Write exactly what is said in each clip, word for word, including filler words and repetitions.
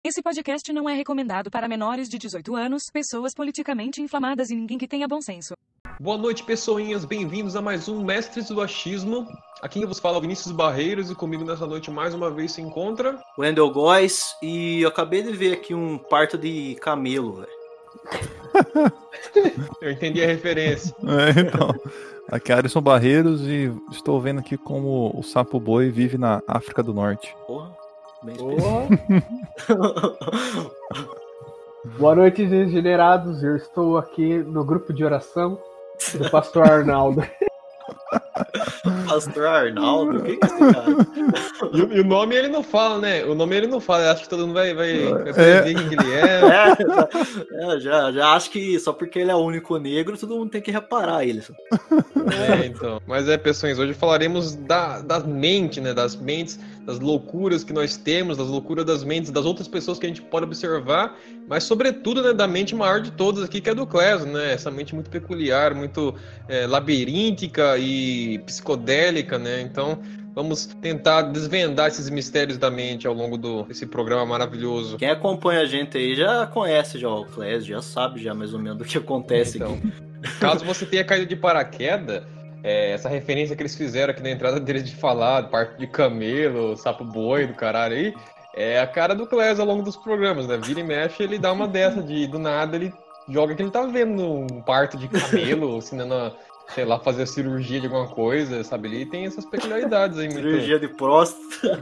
Esse podcast não é recomendado para menores de dezoito anos, pessoas politicamente inflamadas e ninguém que tenha bom senso. Boa noite, pessoinhas. Bem-vindos a mais um Mestres do Achismo. Aqui quem vos fala é Vinícius Barreiros e comigo nessa noite mais uma vez se encontra... Wendel Góes, e eu acabei de ver aqui um parto de camelo, velho. Eu entendi a referência. É, então, aqui é Alisson Barreiros e estou vendo aqui como o sapo boi vive na África do Norte. Porra, bem Boa. Boa noite, degenerados. Eu estou aqui no grupo de oração do pastor Arnaldo. Pastor Arnaldo? O que que é esse cara? E, o- e o nome ele não fala, né? O nome ele não fala. Eu acho que todo mundo vai, vai, vai É. saber quem que ele é. É, já, já acho que só porque ele é o único negro, todo mundo tem que reparar ele. É, então. Mas é, pessoas, hoje falaremos da, da mente, né? Das mentes, das loucuras que nós temos, das loucuras das mentes das outras pessoas que a gente pode observar, mas sobretudo, né, da mente maior de todas aqui, que é do Clésio, né? Essa mente muito peculiar, muito é, labiríntica e psicodélica, né? Então, vamos tentar desvendar esses mistérios da mente ao longo do, desse programa maravilhoso. Quem acompanha a gente aí já conhece já o Clésio, já sabe já mais ou menos do que acontece Então, aqui. caso você tenha caído de paraquedas, é, essa referência que eles fizeram aqui na entrada deles de falar, parto de camelo, sapo boi, do caralho aí, é a cara do Clésio ao longo dos programas, né? Vira e mexe, ele dá uma dessa de, do nada, ele joga que ele tá vendo um parto de camelo, ensinando a, sei lá, fazer a cirurgia de alguma coisa, sabe? Ele tem essas peculiaridades aí. Muito... Cirurgia de próstata.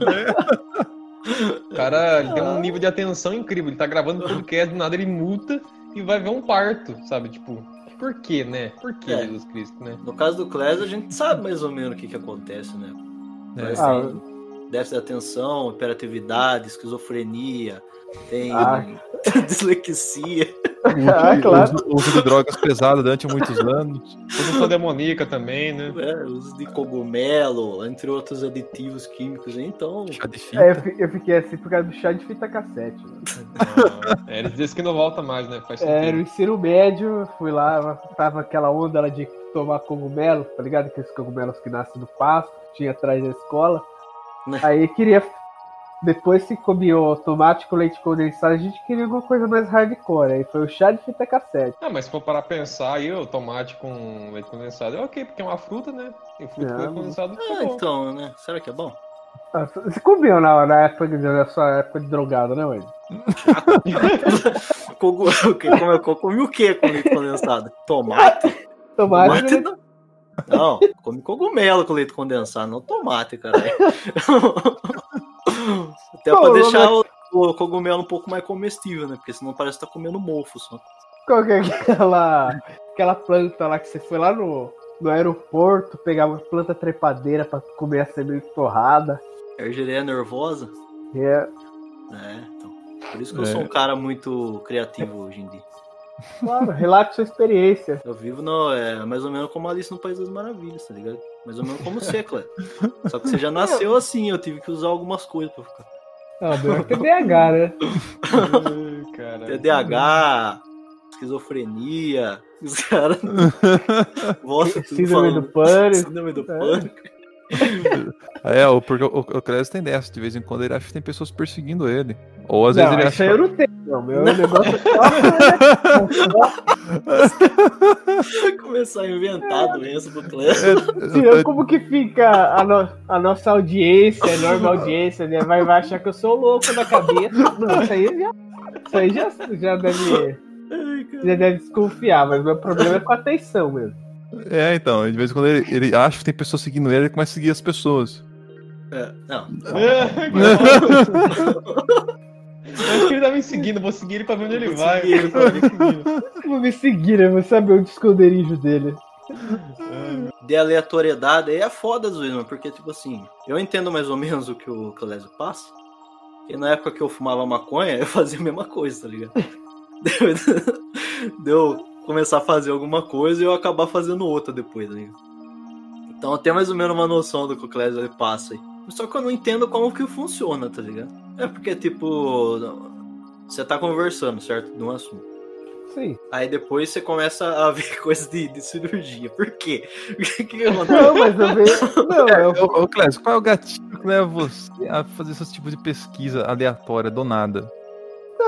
O cara, ele tem um nível de atenção incrível, ele tá gravando podcast, do nada ele muta e vai ver um parto, sabe? Tipo... Por quê, né? Por que É. Jesus Cristo, né? No caso do Clésio, a gente sabe mais ou menos o que, que acontece, né? Mas Ah, tem déficit de atenção, hiperatividade, esquizofrenia, tem Ah. dislexia. Ah, claro. Uso, uso de drogas pesadas durante muitos anos. Posição demoníaca também, né? É, uso de cogumelo, entre outros aditivos químicos. Então, Chá de fita. É, eu fi- eu fiquei assim por causa do chá de fita cassete. Né? É, eles dizem que não volta mais, né? Faz Era o sentido. ensino médio, fui lá, tava aquela onda lá de tomar cogumelo, tá ligado? Aqueles cogumelos que nascem no pasto, tinha atrás da escola. Né? Aí queria, depois que comia o tomate com leite condensado, a gente queria alguma coisa mais hardcore. Aí foi o chá de fita cassete. Ah, mas se for parar pra pensar aí, o tomate com leite condensado é ok, porque é uma fruta, né? E fruta É, com leite condensado ah, fica bom. então, né? Será que é bom? Ah, você comeu na, na época de, na sua época de drogado, né, Wade? Cogu... o quê? Como eu comi o que com leite condensado? Tomate? Tomate, Tomate né? não. Não, come cogumelo com leite condensado, não tomate, cara. Até Pô, pra deixar mas- o, o cogumelo um pouco mais comestível, né? Porque senão parece que tá comendo mofo só. Qual que é aquela, aquela planta lá que você foi lá no, no aeroporto, pegar uma planta trepadeira pra comer a semente torrada? Ergereia nervosa? É, É, então. Por isso que eu É. sou um cara muito criativo hoje em dia. claro, relate sua experiência. Eu vivo no, é, mais ou menos como Alice no País das Maravilhas, tá ligado? Mais ou menos como você, Clé. Só que você já nasceu assim, eu tive que usar algumas coisas pra ficar. Não, meu é T D A H, né? Ai, caralho. T D A H, esquizofrenia, os caras. Volta tudo Síndrome do falando. pânico. Síndrome do pânico. É, o- porque o, o Clésio tem dessa. De vez em quando ele acha que tem pessoas perseguindo ele. Ou às vezes Não, ele isso acha. aí eu não tenho. Não, meu negócio é Começar a inventar a doença do Clécio. assim, eu, como que fica a, no- a nossa audiência, a enorme audiência, né? Vai, vai achar que eu sou louco da cabeça. Não, isso aí já, isso aí já, já deve. Já deve desconfiar, mas meu problema é com a atenção mesmo. É, então, de vez em quando ele, ele acha que tem pessoas seguindo ele, ele começa a seguir as pessoas. É, não. Eu acho que ele tá me seguindo, vou seguir ele pra ver onde ele Vou vai. seguir ele pra Tá me seguindo. Vou me seguir, né? Vou saber onde o esconderijo dele. De aleatoriedade aí é foda às vezes, mano, porque, tipo assim, eu entendo mais ou menos o que o Clésio passa. Porque na época que eu fumava maconha, eu fazia a mesma coisa, tá ligado? Deu, deu começar a fazer alguma coisa e eu acabar fazendo outra depois, tá ligado? Então eu tenho mais ou menos uma noção do que o Clésio ele passa aí. Só que eu não entendo como que funciona, tá ligado? É porque, tipo, você tá conversando, certo? De um assunto. Sim. Aí depois você começa a ver coisas de, de cirurgia. Por quê? O que que acontece? Não, mas eu vejo. Não, eu, Ô, ô Clésio, qual é o gatilho que leva você a fazer esse tipo de pesquisa aleatória, do nada?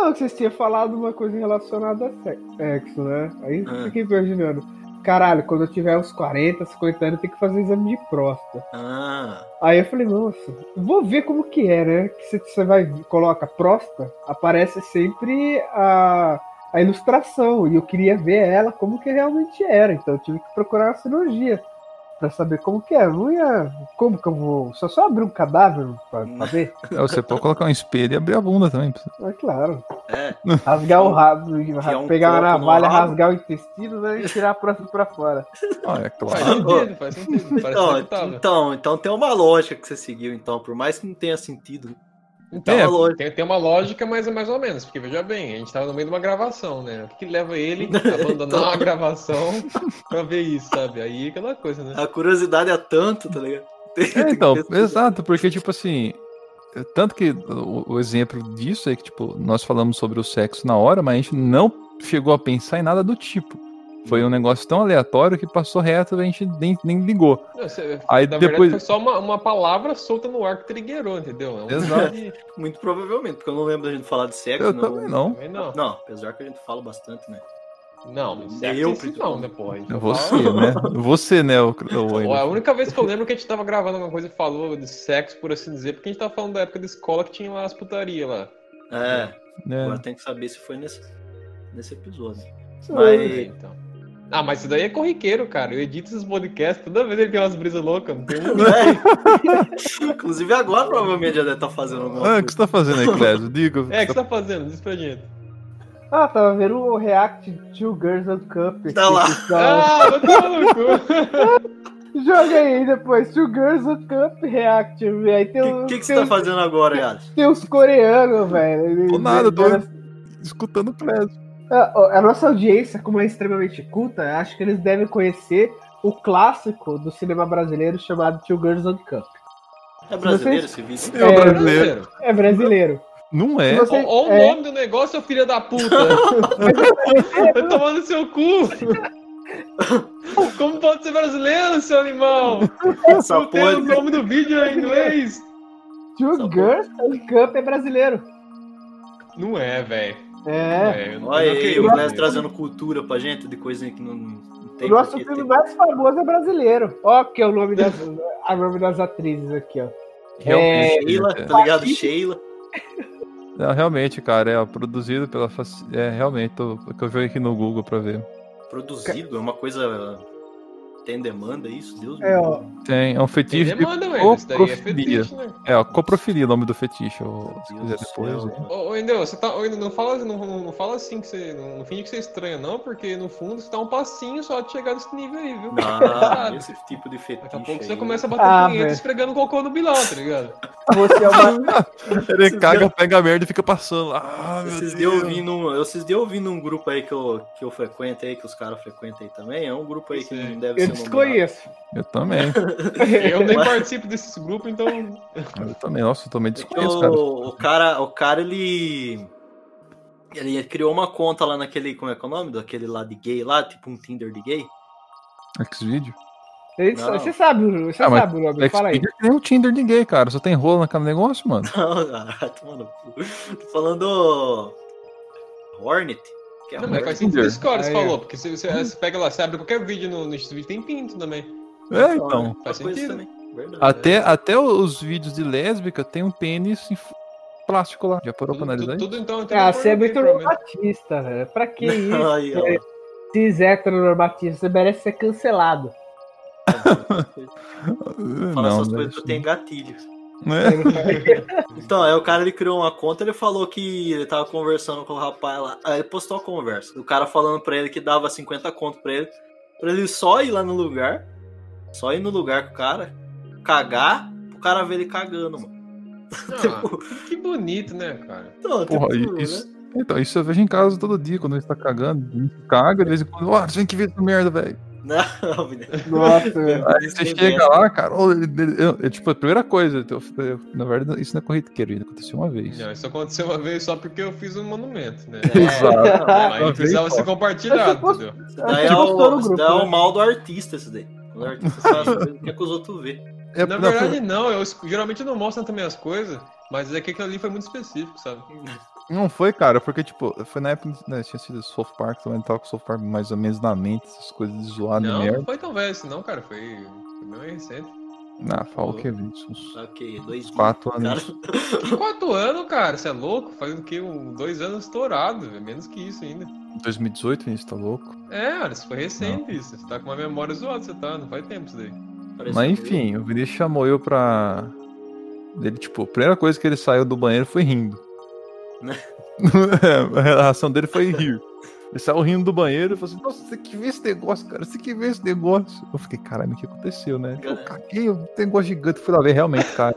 Não, que vocês tinham falado uma coisa relacionada a sexo, né? Aí eu Ah. fiquei imaginando. Caralho, quando eu tiver uns quarenta, cinquenta anos, eu tenho que fazer exame de próstata. Ah, Aí eu falei, nossa, vou ver como que é, né? Que você- você vai, coloca próstata, aparece sempre a, a ilustração. E eu queria ver ela como que realmente era. Então eu tive que procurar uma cirurgia pra saber como que é. Eu não ia. Como que eu vou. Só só abrir um cadáver pra, pra ver? É, você pode colocar um espelho e abrir a bunda também. É claro. é. Rasgar o rabo, um pegar uma copo no navalha, rabo. rasgar o intestino, né? E tirar a próstata pra fora. Ah, é Faz claro. sentido, faz sentido. Parece Então, aceitável. então, então tem uma lógica que você seguiu, então, por mais que não tenha sentido. Então, É, uma lógica. tem, tem uma lógica, mas é mais ou menos, porque veja bem, a gente tava no meio de uma gravação, né? O que, que leva ele a abandonar a gravação pra ver isso, sabe? Aí aquela coisa, né? A curiosidade é tanto, tá ligado? Tem- tem É, que então, pesquisar. exato, porque, tipo assim, é, tanto que o, o exemplo disso é que, tipo, nós falamos sobre o sexo na hora, mas a gente não chegou a pensar em nada do tipo. Foi um negócio tão aleatório que passou reto e a gente nem, nem ligou. Não, você- Aí na depois- verdade foi só uma, uma palavra solta no ar que triggerou, entendeu? É um Exato. de- Muito provavelmente, porque eu não lembro da gente falar de sexo. Eu também não. Também não. Não, apesar que a gente fala bastante, né? Não, mas sexo Eu, em si não, né, porra? A gente Você, fala- né? Você, né, o, o Ó, a única vez que eu lembro que a gente tava gravando alguma coisa e falou de sexo, por assim dizer, porque a gente tava falando da época da escola que tinha lá as putarias lá. É, né? agora tem que saber se foi nesse, nesse episódio. É, Mas, então. Ah, mas isso daí é corriqueiro, cara. Eu edito esses podcasts, toda vez ele tem umas brisas loucas. Não tem um... inclusive agora provavelmente já deve estar fazendo alguma Ah, o coisa. que você tá fazendo aí, Clésio? Diga. É, o que você tá fazendo? Diz pra gente. Ah, tava vendo o React Two Girls on Cup. Tá lá. Ah, vai tomar no cu. Joga aí depois, Two Girls on Cup React. Aí tem, O um- que, que, que você tem, tá fazendo agora, Yas? tem uns coreanos, velho. Tô nada, tô Eles- escutando o Clésio. A, a nossa audiência, como é extremamente culta, acho que eles devem conhecer o clássico do cinema brasileiro chamado Two Girls on Cup. É brasileiro Vocês- esse vídeo? É o É, brasileiro. É brasileiro. Não é. Se você- Ó, ó o é. nome do negócio, seu filho da puta. Vai tomar no seu cu. Como pode ser brasileiro, seu animal? Essa Eu tenho o porra. nome do vídeo em inglês. Two Essa Girls on Cup é brasileiro. Não é, velho. Não É. é, eu não- Olha eu não aí, acredito o Clésio nisso. trazendo cultura pra gente, de coisinha que não, não tem O nosso porquê filme ter. mais famoso é brasileiro. Ó, que é o nome das, a nome das atrizes aqui, ó. Realmente, Sheila, é. tá ligado? Sheila. Não, realmente, cara, é produzido pela. faci- É, realmente, tô, que eu joguei aqui no Google pra ver. Produzido, é uma coisa. Tem demanda isso? Deus me É, livre. ó. Tem, é um Tem fetiche de demanda, velho. Isso daí é coprofilia. fetiche, né? É, ó, coprofilia é o nome do fetiche, ou, se Meu quiser Deus do depois. céu. né? Ô, ô, Endel, você tá. ô, Endel, não fala, não, não, não fala assim que você. Não, não finge que você é estranho, não, porque no fundo você tá um passinho só de chegar nesse nível aí, viu? Não, Sabe? esse tipo de fetiche. Daqui a pouco aí. você começa a bater Ah, punheta velho. esfregando cocô no bilão, tá ligado? Você é uma. Ele caga, pega a merda e fica passando. Ah, meu Esses Deus. dias eu vi num, eu- esses dias eu vi num grupo aí que eu, que eu frequento aí, que os caras frequentam aí também. É um grupo aí que Sei. não deve Eu ser desconheço. Eu também. Eu nem participo desses grupos, então. Eu também. Nossa, eu também É que desconheço, cara. o, o cara, o cara, ele. Ele criou uma conta lá naquele. Como é que é o nome? Daquele lá de gay lá, tipo um Tinder de gay. Xvideo? Você Não. você sabe, o- você Ah, mas sabe o nome, fala aí. Xvideo é que nem o Tinder de gay, cara. Só tem rolo naquele negócio, mano. Não, cara, toma no cu. Tô falando. Hornet. Que é Não, mas Hornet. faz sentido Tinder. isso que você Aí, falou, ó. porque você, você, você pega lá, você abre qualquer vídeo no, no vídeo tem pinto também. É, então. Faz Uma coisa sentido. também. Verdade. Até, até os vídeos de lésbica tem um pênis em f- plástico lá. Já parou pra Tudo, analisar tudo, isso? tudo então tem Ah, uma você é pornô muito gay, provavelmente. normatista, velho. Pra que isso? Aí, ó. Cis heteronormatista, você merece ser cancelado. Fala Não, essas né, coisas que eu tenho gatilho. né? Então, aí o cara ele criou uma conta, ele falou que ele tava conversando com o rapaz lá. Aí ele postou a conversa. O cara falando pra ele que dava cinquenta conto pra ele. Pra ele só ir lá no lugar. Só ir no lugar com o cara. Cagar. O cara ver ele cagando, mano. Ah, que bonito, né, cara? Então, Porra, tipo, isso, né? então, isso eu vejo em casa todo dia, quando a gente tá cagando. A gente caga, de vez em quando, ó, você tem que ver essa merda, velho. Não, menino. Nossa, velho. Aí você chega lá, cara, ó, ele- ele- eu- é tipo, a primeira coisa, eu- eu- na verdade, isso não é corriqueiro, isso aconteceu uma vez. Não, isso aconteceu uma vez só porque eu fiz um monumento, né? Exato. Mas Uma não precisava vez ser só. compartilhado, Você entendeu? Isso daí é, Você postou no o, isso grupo, daí é né? o mal do artista, isso daí. Quando o artista faz as coisas, quer que os outros vê. É, Na não, verdade, não, eu geralmente não mostro também as coisas, mas é que aquilo ali foi muito específico, sabe? Não foi, cara, porque, tipo, foi na época, né, tinha sido South Park, também tava com o South Park mais ou menos na mente, essas coisas de zoado e Não, merda. não foi tão velho assim, não, cara. Foi, foi bem recente. Ah, fala o que, Vinícius? Uns Ok, dois quatro cara. anos. Que quatro anos, cara? Você é louco? Faz o quê? Um, dois anos estourado, é menos que isso ainda. dois mil e dezoito, Vinícius, tá louco? É, olha, isso foi recente isso. Você tá com uma memória zoada, você tá, não faz tempo isso daí. Parece Mas que enfim, o Vinícius chamou eu pra. Ele, tipo, a primeira coisa que ele saiu do banheiro foi rindo. Né? A relação dele foi rir. Ele saiu rindo do banheiro e falou assim: nossa, você que vê esse negócio, cara, você que vê esse negócio. Eu fiquei, caralho, o que aconteceu, né? Eu caguei, um negócio gigante, fui lá ver realmente, cara.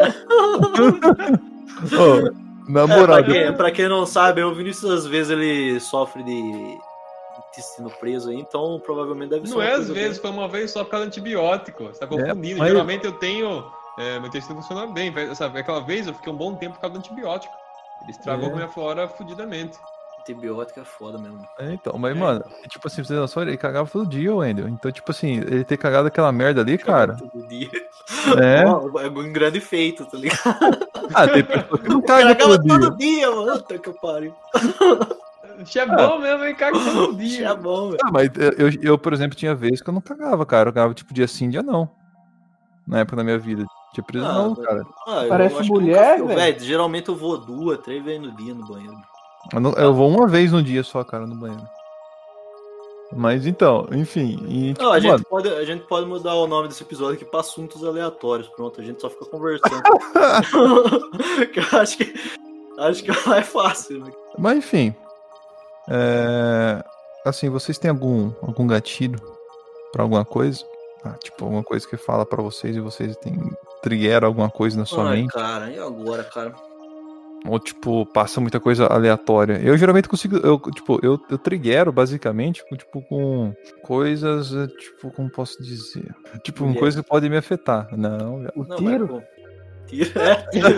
Ô, na É, moral, pra, quem, pra quem não sabe, o Vinícius às vezes ele sofre de intestino preso aí, então provavelmente deve ser Não uma é às coisa vezes, foi uma vez só por causa do antibiótico. Você tá confundindo. mas- Geralmente eu tenho. É, meu intestino funciona bem. Sabe? Aquela vez eu fiquei um bom tempo por causa do antibiótico. Ele estragou É. com a minha flora fudidamente. bem. Antibiótico é foda mesmo. É, então, mas, mano, tipo assim, pra você ter noção, ele cagava todo dia, o Wendel. Então, tipo assim, ele ter cagado aquela merda ali, cara. Todo dia. É. Ó, é um grande feito, tá ligado? Ah, tem pessoa que não O caga cara acaba todo dia. todo dia, mano. Puta que pariu. Isso é bom mesmo, hein? Caga todo Isso dia. é bom, velho. Ah, mas eu, eu, por exemplo, tinha vezes que eu não cagava, cara. Eu cagava tipo dia sim, dia não. Na época da minha vida. Tinha preso Ah, não, mas- cara. Ah, eu Parece acho que mulher, nunca fui- velho. Geralmente eu vou duas, três vezes no dia no banheiro. Eu, não- eu vou uma vez no dia só, cara, no banheiro. Mas então, enfim. E, tipo, Não, a, gente mano, pode, a gente pode mudar o nome desse episódio aqui pra assuntos aleatórios. Pronto, a gente só fica conversando. Que eu acho que acho que é mais fácil. Né? mas enfim. É, assim, vocês têm algum, algum gatilho pra alguma coisa? Ah, tipo, alguma coisa que fala pra vocês e vocês têm trigger alguma coisa na sua Ai, mente? cara, e agora, cara? Ou, tipo, passa muita coisa aleatória. Eu geralmente consigo. Eu, tipo, eu, eu triguero basicamente com, tipo, com coisas. eh, Tipo, como posso dizer? Tipo, com Mulher. coisas que podem me afetar. Não, velho. O Não, tiro? mas, pô, tiro, é.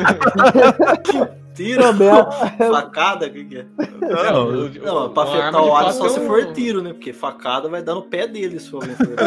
Tiro, Problema. facada, o que, que é? Não, o- Não, o- pra uma afetar arma de o ar fato só se é um- for tiro, né? Porque facada vai dar no pé dele se for alguém for.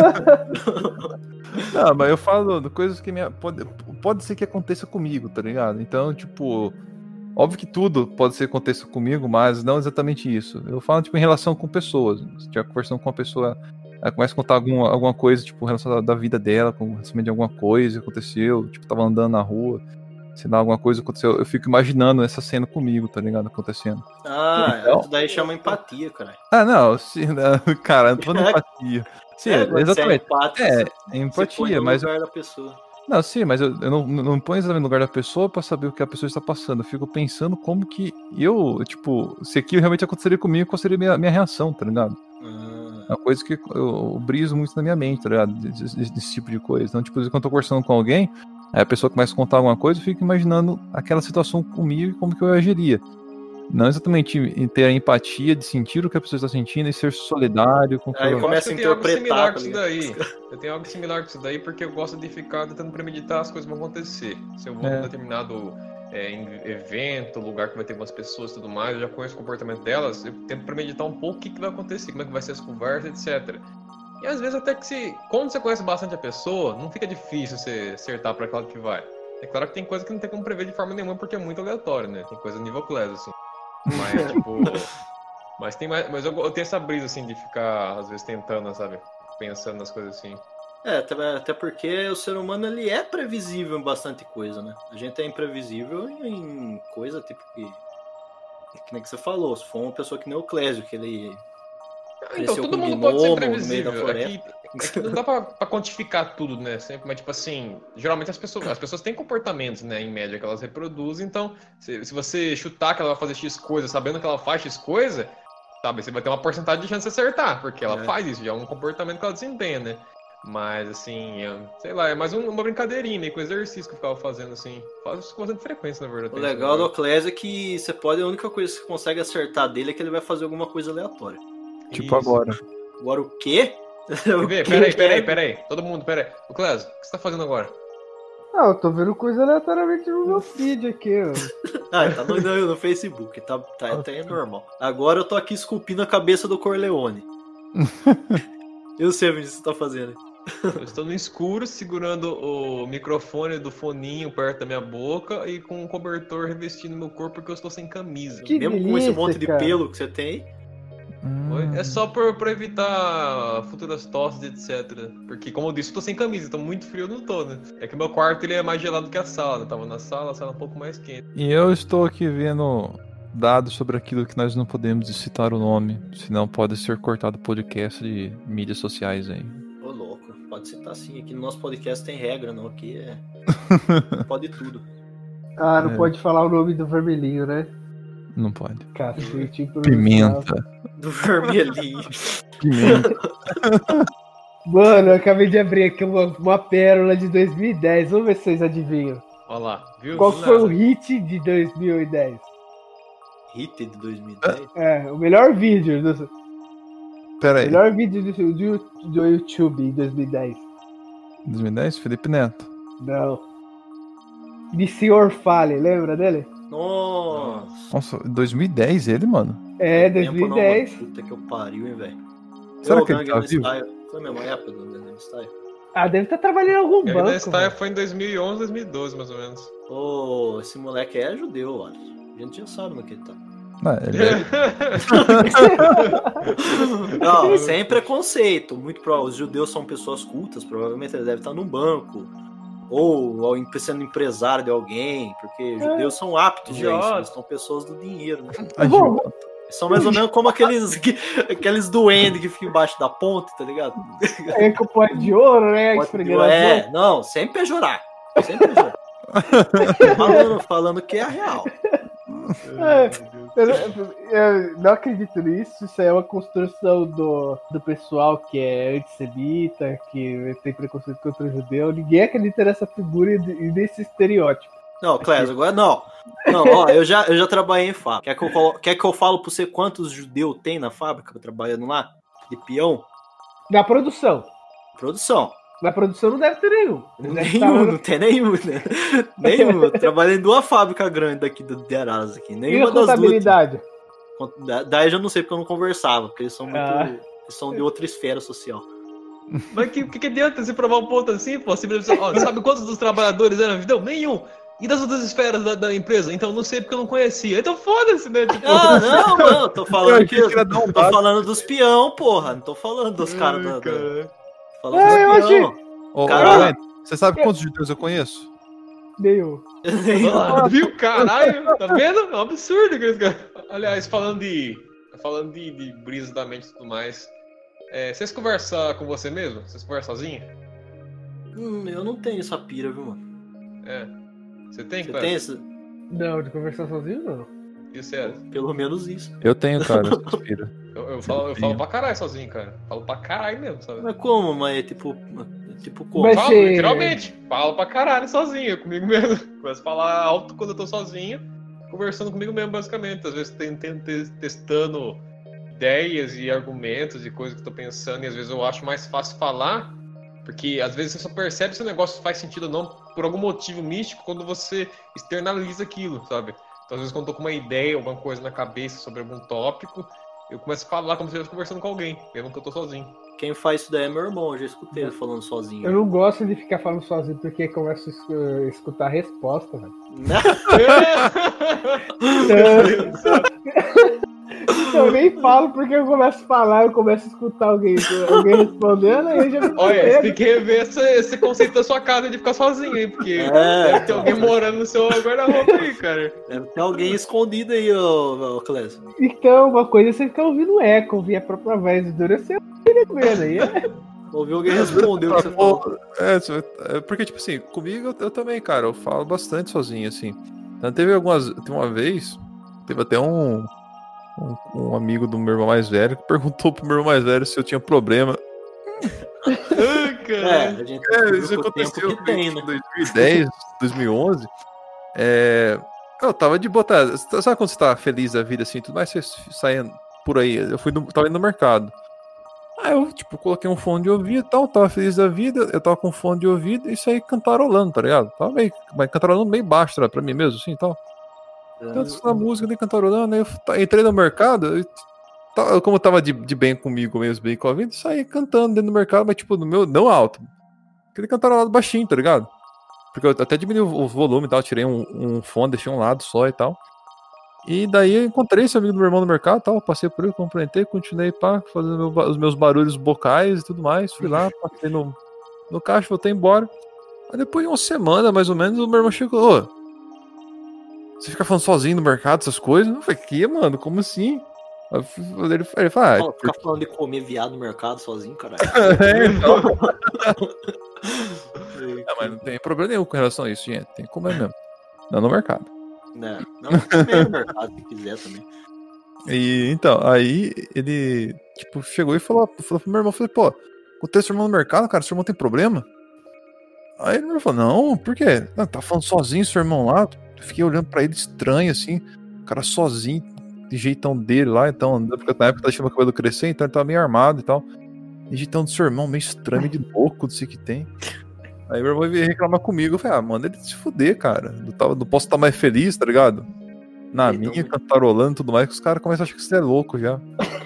Não, mas eu falo de coisas que me, pode, pode ser que aconteça comigo, tá ligado? Então, tipo. Óbvio que tudo pode ser que aconteça comigo, mas não exatamente isso. Eu falo, tipo, em relação com pessoas. Se estiver conversando com uma pessoa, ela começa a contar alguma, alguma coisa, tipo, relacionada da vida dela, com relacionamento de alguma coisa que aconteceu, tipo, tava andando na rua, sei lá, alguma coisa aconteceu. Eu fico imaginando essa cena comigo, tá ligado? Acontecendo. Ah, Então- isso daí chama empatia, cara. Ah, não, sim, não, cara, eu não tô falando empatia. Sim, É, quando exatamente. Você é empático, É, você- é você põe empatia, no mas lugar da pessoa. Não, sim, mas eu, eu não, não me ponho exatamente no lugar da pessoa pra saber o que a pessoa está passando. Eu fico pensando como que eu, tipo, se aquilo realmente aconteceria comigo, qual seria a minha, minha reação, tá ligado? Ah, É uma coisa que eu, eu briso muito na minha mente, tá ligado? Desse, desse- desse tipo de coisa. Então, tipo, quando eu tô conversando com alguém, aí a pessoa começa a contar alguma coisa, eu fico imaginando aquela situação comigo e como que eu agiria. Não exatamente em ter a empatia de sentir o que a pessoa está sentindo e ser solidário com o que Aí ela... Eu começa acho que a eu tenho algo interpretar, similar com isso tá daí. Eu tenho algo similar com isso daí porque eu gosto de ficar tentando premeditar as coisas que vão acontecer. Se eu vou É. num determinado é, em- evento, lugar que vai ter algumas pessoas e tudo mais, eu já conheço o comportamento delas, eu tento premeditar um pouco o que, que vai acontecer, como é que vai ser as conversas, etcétera. E às vezes até que se, quando você conhece bastante a pessoa, não fica difícil você acertar para aquela que vai. É claro que tem coisa que não tem como prever de forma nenhuma porque é muito aleatório, né? Tem coisa nível class, assim. Mas, tipo... Mas, tem mais, mas eu, eu tenho essa brisa, assim, de ficar, às vezes, tentando, sabe? Pensando nas coisas assim. É, até, até porque o ser humano ele é previsível em bastante coisa, né? A gente é imprevisível em coisa tipo que. Que nem que você falou, se for uma pessoa que nem o Clésio, que ele. Ah, então, Cresceu todo com mundo pode ser gnomo no meio imprevisível. da É floresta. que, é que não dá pra, pra quantificar tudo, né? Sempre, mas, tipo assim, geralmente as pessoas, as pessoas têm comportamentos, né, em média, que elas reproduzem. Então, se, se você chutar que ela vai fazer X coisa, sabendo que ela faz X coisa, sabe, você vai ter uma porcentagem de chance de acertar, porque ela É. faz isso, já é um comportamento que ela desempenha, né? Mas, assim, é, sei lá, é mais um- uma brincadeirinha, meio com exercício que eu ficava fazendo, assim. Faço isso com bastante frequência, na verdade. O legal do Clésio é que você pode, a única coisa que você consegue acertar dele é que ele vai fazer alguma coisa aleatória. Tipo Isso. agora. Agora o quê? Quer ver? Peraí, peraí, peraí. Todo mundo, peraí. O Clésio, o que você tá fazendo agora? Ah, eu tô vendo coisa aleatoriamente no meu feed aqui, ó. Ah, tá no, no, no Facebook, tá, tá, tá é normal. Agora eu tô aqui esculpindo a cabeça do Corleone. Eu sei, Vinícius, o que você tá fazendo. Eu estou no escuro, segurando o microfone do foninho perto da minha boca e com um cobertor revestindo meu corpo porque eu estou sem camisa. Que Mesmo com delícia, esse monte de cara. pelo que você tem. Oi? É só pra, pra evitar futuras tosses, etcétera. Porque, como eu disse, eu tô sem camisa, então muito frio eu não tô, né? É que meu quarto ele é mais gelado que a sala, né? Tava na sala, a sala é um pouco mais quente. E eu estou aqui vendo dados sobre aquilo que nós não podemos citar o nome, senão pode ser cortado podcast de mídias sociais aí. Ô, louco, pode citar sim. Aqui no nosso podcast tem regra, não. Aqui é. Pode tudo. Ah, não É. pode falar o nome do vermelhinho, né? Não pode. Cacete. Pimenta. Do vermelhinho. Pimenta. Mano, eu acabei de abrir aqui uma, uma pérola de dois mil e dez. Vamos ver se vocês adivinham. Olha lá, viu? Qual Do foi nada. o hit de dois mil e dez? Hit de dois mil e dez. É, o melhor vídeo do, Pera aí. melhor vídeo do, do, do YouTube em dois mil e dez. dois mil e dez, Felipe Neto. Não. De senhor Fale, lembra dele? Nossa. Nossa, dois mil e dez ele, mano? É, Tempo não, dois mil e dez. mano. Puta que eu pariu, hein, velho. Será Eu, que ele tá Gangnam vivo? Style. Foi a mesma época do Gangnam Style. Ah, deve estar trabalhando em algum Gangnam banco. Style velho. foi em dois mil e onze, dois mil e doze, mais ou menos. Ô, esse moleque é judeu, olha. A gente já sabe no que ele tá. Não, ele é... Não, sem preconceito. Muito provável. Os judeus são pessoas cultas, provavelmente ele deve estar num banco. Ou ao- sendo empresário de alguém, porque judeus são aptos a isso. Idiota. Eles são pessoas do dinheiro, né? agiota. São mais ou menos como aqueles, aqueles duendes que ficam embaixo da ponte, tá ligado? É com pó de ouro, né? Pode- Esfregando as é, mãos. não, sem pejorar. Sem pejorar. falando, falando que é real. É, eu, não- eu não acredito nisso. Isso é uma construção do, do pessoal que é antissemita, que tem preconceito contra o judeu. Ninguém acredita nessa figura e e nesse estereótipo. Não, Clésio, agora não. Não, ó, eu já, eu já trabalhei em fábrica. Quer que eu, colo- quer que eu falo pra você quantos judeus tem na fábrica trabalhando lá? De peão? Na produção. Produção. Na produção não deve ter nenhum. Deve estar Nenhum, lá não tem nenhum, né? Nenhum. Eu trabalhei em duas fábricas grandes daqui do de Araras aqui. E Nenhuma a das duas. contabilidade? Da- Daí eu já não sei porque eu não conversava, porque eles são muito. Ah. Eles são de outra esfera social. Mas que, que, que adianta você provar um ponto assim, pô? Você ó, sabe quantos dos trabalhadores eram judeu? Nenhum. E das outras esferas da, da empresa? Então não sei porque eu não conhecia. Então foda-se, né? Tipo... Ah, não, mano, eu tô falando Eu que. achei que ia dar um Tô dado. falando dos peão, porra. Não tô falando dos caras da. da... Cara. tô falando Ah, eu dos peão. Ô, ô, Cara- Brent, você sabe quantos judeus eu conheço? Nenhum. Ah, viu? Caralho, tá vendo? É um absurdo aqueles caras. Aliás, falando de. Falando de, de brisa da mente e tudo mais. É, vocês conversam com você mesmo? Vocês conversam sozinho? Hum, eu não tenho essa pira, viu, mano? É. Você tem, Você Cléber? tem essa? Não, de conversar sozinho não. Isso é. Pelo menos isso. Eu tenho, cara, eu suspiro. Eu, eu, falo, eu falo pra caralho sozinho, cara. Falo pra caralho mesmo, sabe? Mas como? Mas é tipo. Tipo como? Mas- Falo, você- literalmente. Falo pra caralho sozinho, comigo mesmo. Começo a falar alto quando eu tô sozinho, conversando comigo mesmo, basicamente. Às vezes tem- tem- te- testando ideias e argumentos e coisas que eu tô pensando, e às vezes eu acho mais fácil falar, porque às vezes você só percebe se o negócio faz sentido ou não por algum motivo místico quando você externaliza aquilo, sabe? Então, às vezes, quando eu tô com uma ideia, alguma coisa na cabeça sobre algum tópico, eu começo a falar como se eu estivesse conversando com alguém, mesmo que eu tô sozinho. Quem faz isso daí é meu irmão, eu já escutei ele falando sozinho. Eu não gosto de ficar falando sozinho porque começo a escu- escutar a resposta, velho. Eu nem falo porque eu começo a falar, eu começo a escutar alguém, alguém respondendo, aí eu já me Olha, você pego. tem que rever esse, esse conceito da sua casa de ficar sozinho, hein? Porque É, deve ter alguém morando no seu guarda-roupa aí, cara. Deve ter alguém escondido aí, ô, ô Clésio. Então, uma coisa é você ficar ouvindo eco, ouvir a própria voz, o duro é você ouvir mesmo, aí é... Ouviu alguém responder o que você falou. É, isso- é, porque, tipo assim, comigo eu, eu também, cara, eu falo bastante sozinho, assim. Então, teve algumas. Tem uma vez, teve até um, um, um amigo do meu irmão mais velho que perguntou pro meu irmão mais velho se eu tinha problema. Ai, É, cara. a gente É, viu isso com o tempo aconteceu que tem, né? em dois mil e dez, dois mil e onze. É, eu tava de botar. Sabe quando você tá feliz da vida assim, tudo mais, você saindo por aí? Eu fui no, tava indo no mercado. Aí eu, tipo, coloquei um fone de ouvido e tal, tava feliz da vida, eu tava com fone de ouvido e saí cantarolando, tá ligado? Tava meio, mas cantarolando bem baixo, tá, pra mim mesmo, assim e tal. Então, na música, nem cantarolando, aí eu t- entrei no mercado, eu, tá- como eu tava de, de bem comigo mesmo, bem com a vida, saí cantando dentro do mercado, mas tipo, no meu, não alto. Queria cantar no lado baixinho, tá ligado? Porque eu até diminui o, o volume e tal, tirei um, um fone, deixei um lado só e tal. E daí eu encontrei esse amigo do meu irmão no mercado e tal, passei por ele, cumprimentei, continuei pá, fazendo meu ba- os meus barulhos bocais e tudo mais. Fui lá, passei no, no caixa, voltei embora. Aí depois de uma semana, mais ou menos, o meu irmão chegou, ô, você fica falando sozinho no mercado, essas coisas? Eu falei, que, mano? Como assim? Aí eu fui- Ele, ele falou, ah, Fala, ficar falando de comer viado no mercado sozinho, caralho. é, então. É, mas não tem problema nenhum com relação a isso, gente. Tem como é mesmo. Não no mercado. Não, não, comer no mercado, se quiser também. E então, aí ele, tipo, chegou e falou, falou pro meu irmão, falei, pô, encontrei seu irmão no mercado, cara, seu irmão tem problema? Aí ele falou, não, por quê? Não, tá falando sozinho, seu irmão lá. Eu fiquei olhando pra ele estranho, assim, o cara sozinho, de jeitão dele lá, então, porque na época tá deixando o cabelo crescer, então ele tava meio armado e tal. E jeitão do seu irmão, meio estranho, meio de louco, não sei o que tem. Aí meu irmão veio reclamar comigo, eu falei, ah, manda ele se fuder, cara. Não, tava, não posso estar mais feliz, tá ligado? Na Então, minha, cantarolando e tudo mais, que os caras começam a achar que você é louco já.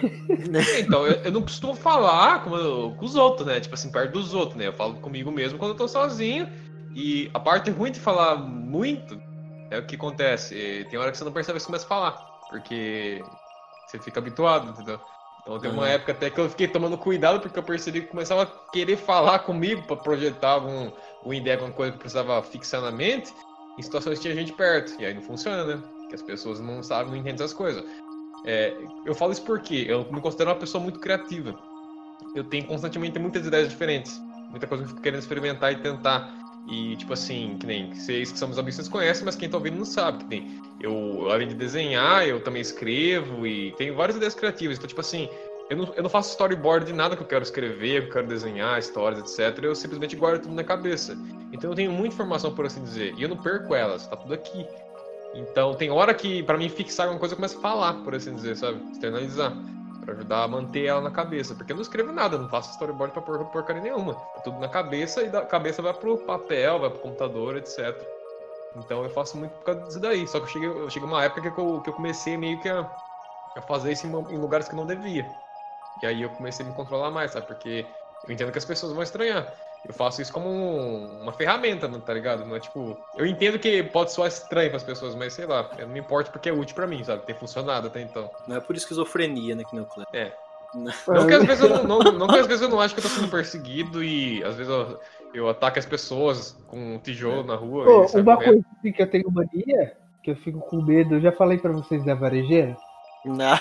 Então, eu, eu não costumo falar com, com os outros, né? Tipo assim, perto dos outros, né? Eu falo comigo mesmo quando eu tô sozinho. E a parte ruim de falar muito é o que acontece. Tem hora que você não percebe que você começa a falar. Porque você fica habituado, entendeu? Então tem uma Uhum. época até que eu fiquei tomando cuidado porque eu percebi que começava a querer falar comigo pra projetar algum, alguma ideia, alguma coisa que eu precisava fixar na mente. Em situações que tinha gente perto. E aí não funciona, né? Porque as pessoas não sabem, não entendem essas coisas. É, eu falo isso porque eu me considero uma pessoa muito criativa. Eu tenho constantemente muitas ideias diferentes. Muita coisa que eu fico querendo experimentar e tentar. E, tipo assim, que nem vocês que somos amigos, vocês conhecem, mas quem tá ouvindo não sabe. Que nem eu, além de desenhar, eu também escrevo e tenho várias ideias criativas. Então, tipo assim, eu não, eu não faço storyboard de nada que eu quero escrever, que eu quero desenhar, histórias, etcétera. Eu simplesmente guardo tudo na cabeça. Então eu tenho muita informação, por assim dizer. E eu não perco elas, tá tudo aqui. Então tem hora que, pra mim, fixar alguma coisa, eu começo a falar, por assim dizer, sabe? Externalizar. Pra ajudar a manter ela na cabeça. Porque eu não escrevo nada, não faço storyboard pra por, porcaria nenhuma. É tudo na cabeça e da cabeça vai pro papel, vai pro computador, etcétera. Então eu faço muito por causa disso daí. Só que eu cheguei, eu cheguei uma época que eu, que eu comecei meio que a, a fazer isso em, em lugares que não devia. E aí eu comecei a me controlar mais, sabe? Porque eu entendo que as pessoas vão estranhar. Eu faço isso como um- uma ferramenta, tá ligado? Não é tipo... Eu entendo que pode soar estranho pras pessoas, mas sei lá, eu não me importo porque é útil pra mim, sabe? Tem funcionado até então. Não é por esquizofrenia, né, que nem o Cleber. É. Não que às vezes eu não, não, não que às vezes eu não acho que eu tô sendo perseguido e às vezes eu, eu ataco as pessoas com um tijolo na rua. Pô, e saio uma correndo. coisa assim que eu tenho mania, que eu fico com medo, eu já falei pra vocês da varejeira. Não.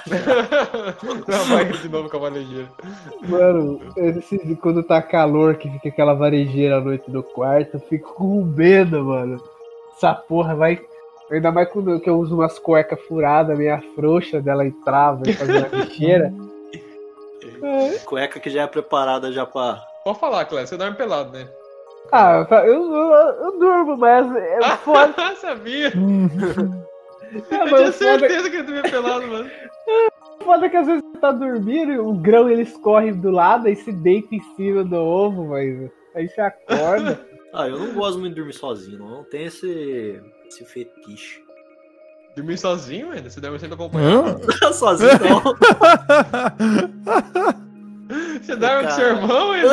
Não, vai de novo com a valejeira. Mano, eu decido, quando tá calor, que fica aquela varejeira à noite no quarto, eu fico com medo, mano. Essa porra vai. Ainda mais quando que eu uso umas cuecas furadas, meia frouxa dela entrava e fazia uma lixeira. Cueca que já é preparada já pra... Pode falar, Cléber, você dorme pelado, né? Ah, eu, eu, eu durmo, mas é foda. Sabia! É, Eu mas tinha o foda, certeza que ele dormia pelado, mano. foda que às vezes você tá dormindo, o grão ele escorre do lado e se deita em cima do ovo, mas aí você acorda. Ah, eu não gosto muito de dormir sozinho, não. Não tem esse, esse fetiche. Dormir sozinho, velho? Você dorme sempre acompanhado? Hã? Sozinho não. Você dorme com seu Cara. irmão, velho?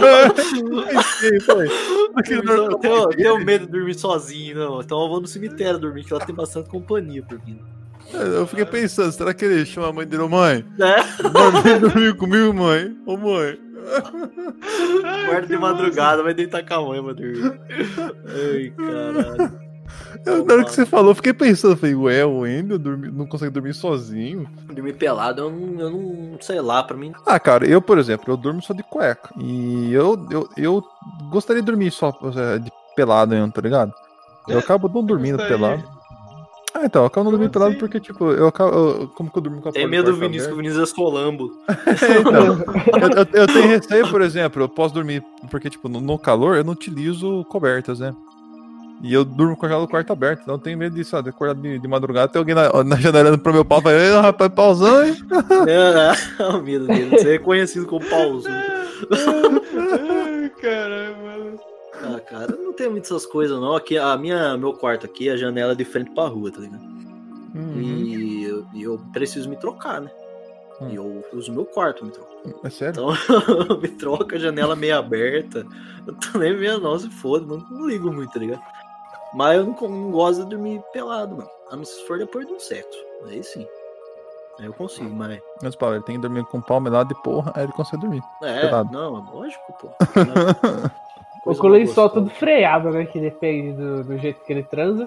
Eu tenho, eu tenho medo de dormir sozinho, não. Então eu vou no cemitério dormir, que lá tem bastante companhia por mim. Eu fiquei pensando, será que ele chama a mãe dele, ô mãe? É, Dorme dormir comigo, mãe? Ô mãe. guarda de madrugada, vai deitar com a mãe pra dormir. Ai, caralho. Eu, na hora que você falou, eu fiquei pensando, falei, ué, o Wendel dormi- não consegue dormir sozinho? Dormir pelado, eu não, eu não sei lá, pra mim. Ah, cara, eu, por exemplo, eu durmo só de cueca. E eu, eu, eu gostaria de dormir só é, de pelado mesmo, tá ligado? Eu acabo não dormindo gostaria. pelado. Ah, então, eu acabo não Como dormindo pelado assim? porque, tipo, eu acabo. eu- como que eu durmo com a Tem porta medo do porta Vinícius, que o aberta? Vinícius é solambo. É, então, eu, eu- eu tenho receio, por exemplo, eu posso dormir, porque, tipo, no, no calor eu não utilizo cobertas, né? E eu durmo com a janela do quarto aberto, então eu tenho medo disso, ó, de acordar de, de madrugada, ter alguém na, na janela olhando pro meu pau e falar, ei, rapaz, pauzão, hein? É, o medo dele. Você é reconhecido como pauso. Ai, caralho, mano. Ah, cara, eu não tenho muitas essas coisas, não. Aqui, a minha, meu quarto aqui, a janela é de frente pra rua, tá ligado? Uhum. E eu, e eu preciso me trocar, né? Hum. E eu uso meu quarto, me troco. É sério? Então, me troca, a janela meio aberta. Eu tô nem vendo, não, se foda, não, não ligo muito, tá ligado? Mas eu não, não gosto de dormir pelado, mano. A não ser se for depois de um sexo. Aí sim. Aí eu consigo, mas. Mas, Paulo, ele tem que dormir com o pau melado e porra, aí ele consegue dormir. É, pelado. não, é lógico, pô. O com o lençol tudo freado, né? Que depende do, do jeito que ele transa.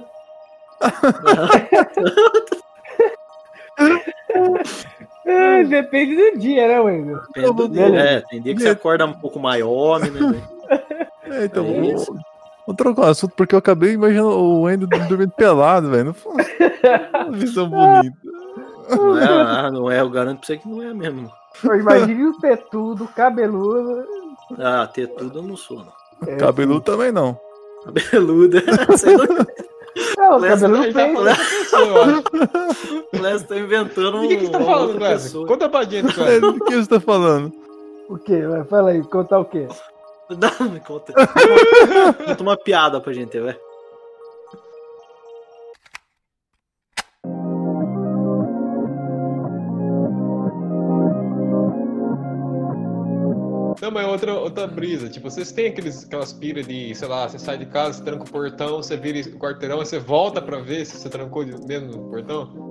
É, depende do dia, né, Wendel? Depende do dia, é, tem dia que você acorda um pouco mais homem, né? É, então, É vou, isso. vou trocar o assunto porque eu acabei imaginando o Wendel dormindo pelado, velho. Não foi uma visão bonita. Não é, ah, não é, eu garanto pra você que não é mesmo. Imagine o tetudo, cabeludo. Ah, ter tudo eu não sou, não. É, Cabeludo também não. Cabeludo, você não. Não, o Lessa, cabeludo Ele tá feio. falando essa pessoa, eu acho. O Lécio tá inventando um. O que, que você tá uma falando, outra Cléber? pessoa. Conta pra gente, É, Cléber. do que você tá falando? O quê? Vai, fala aí, contar o quê? Não, me conta. Conta uma piada pra gente, vai. Não, mas outra, outra brisa. Tipo, vocês têm aqueles, aquelas piras de, sei lá, você sai de casa, você tranca o portão, você vira o quarteirão, aí você volta pra ver se você trancou de- mesmo no portão?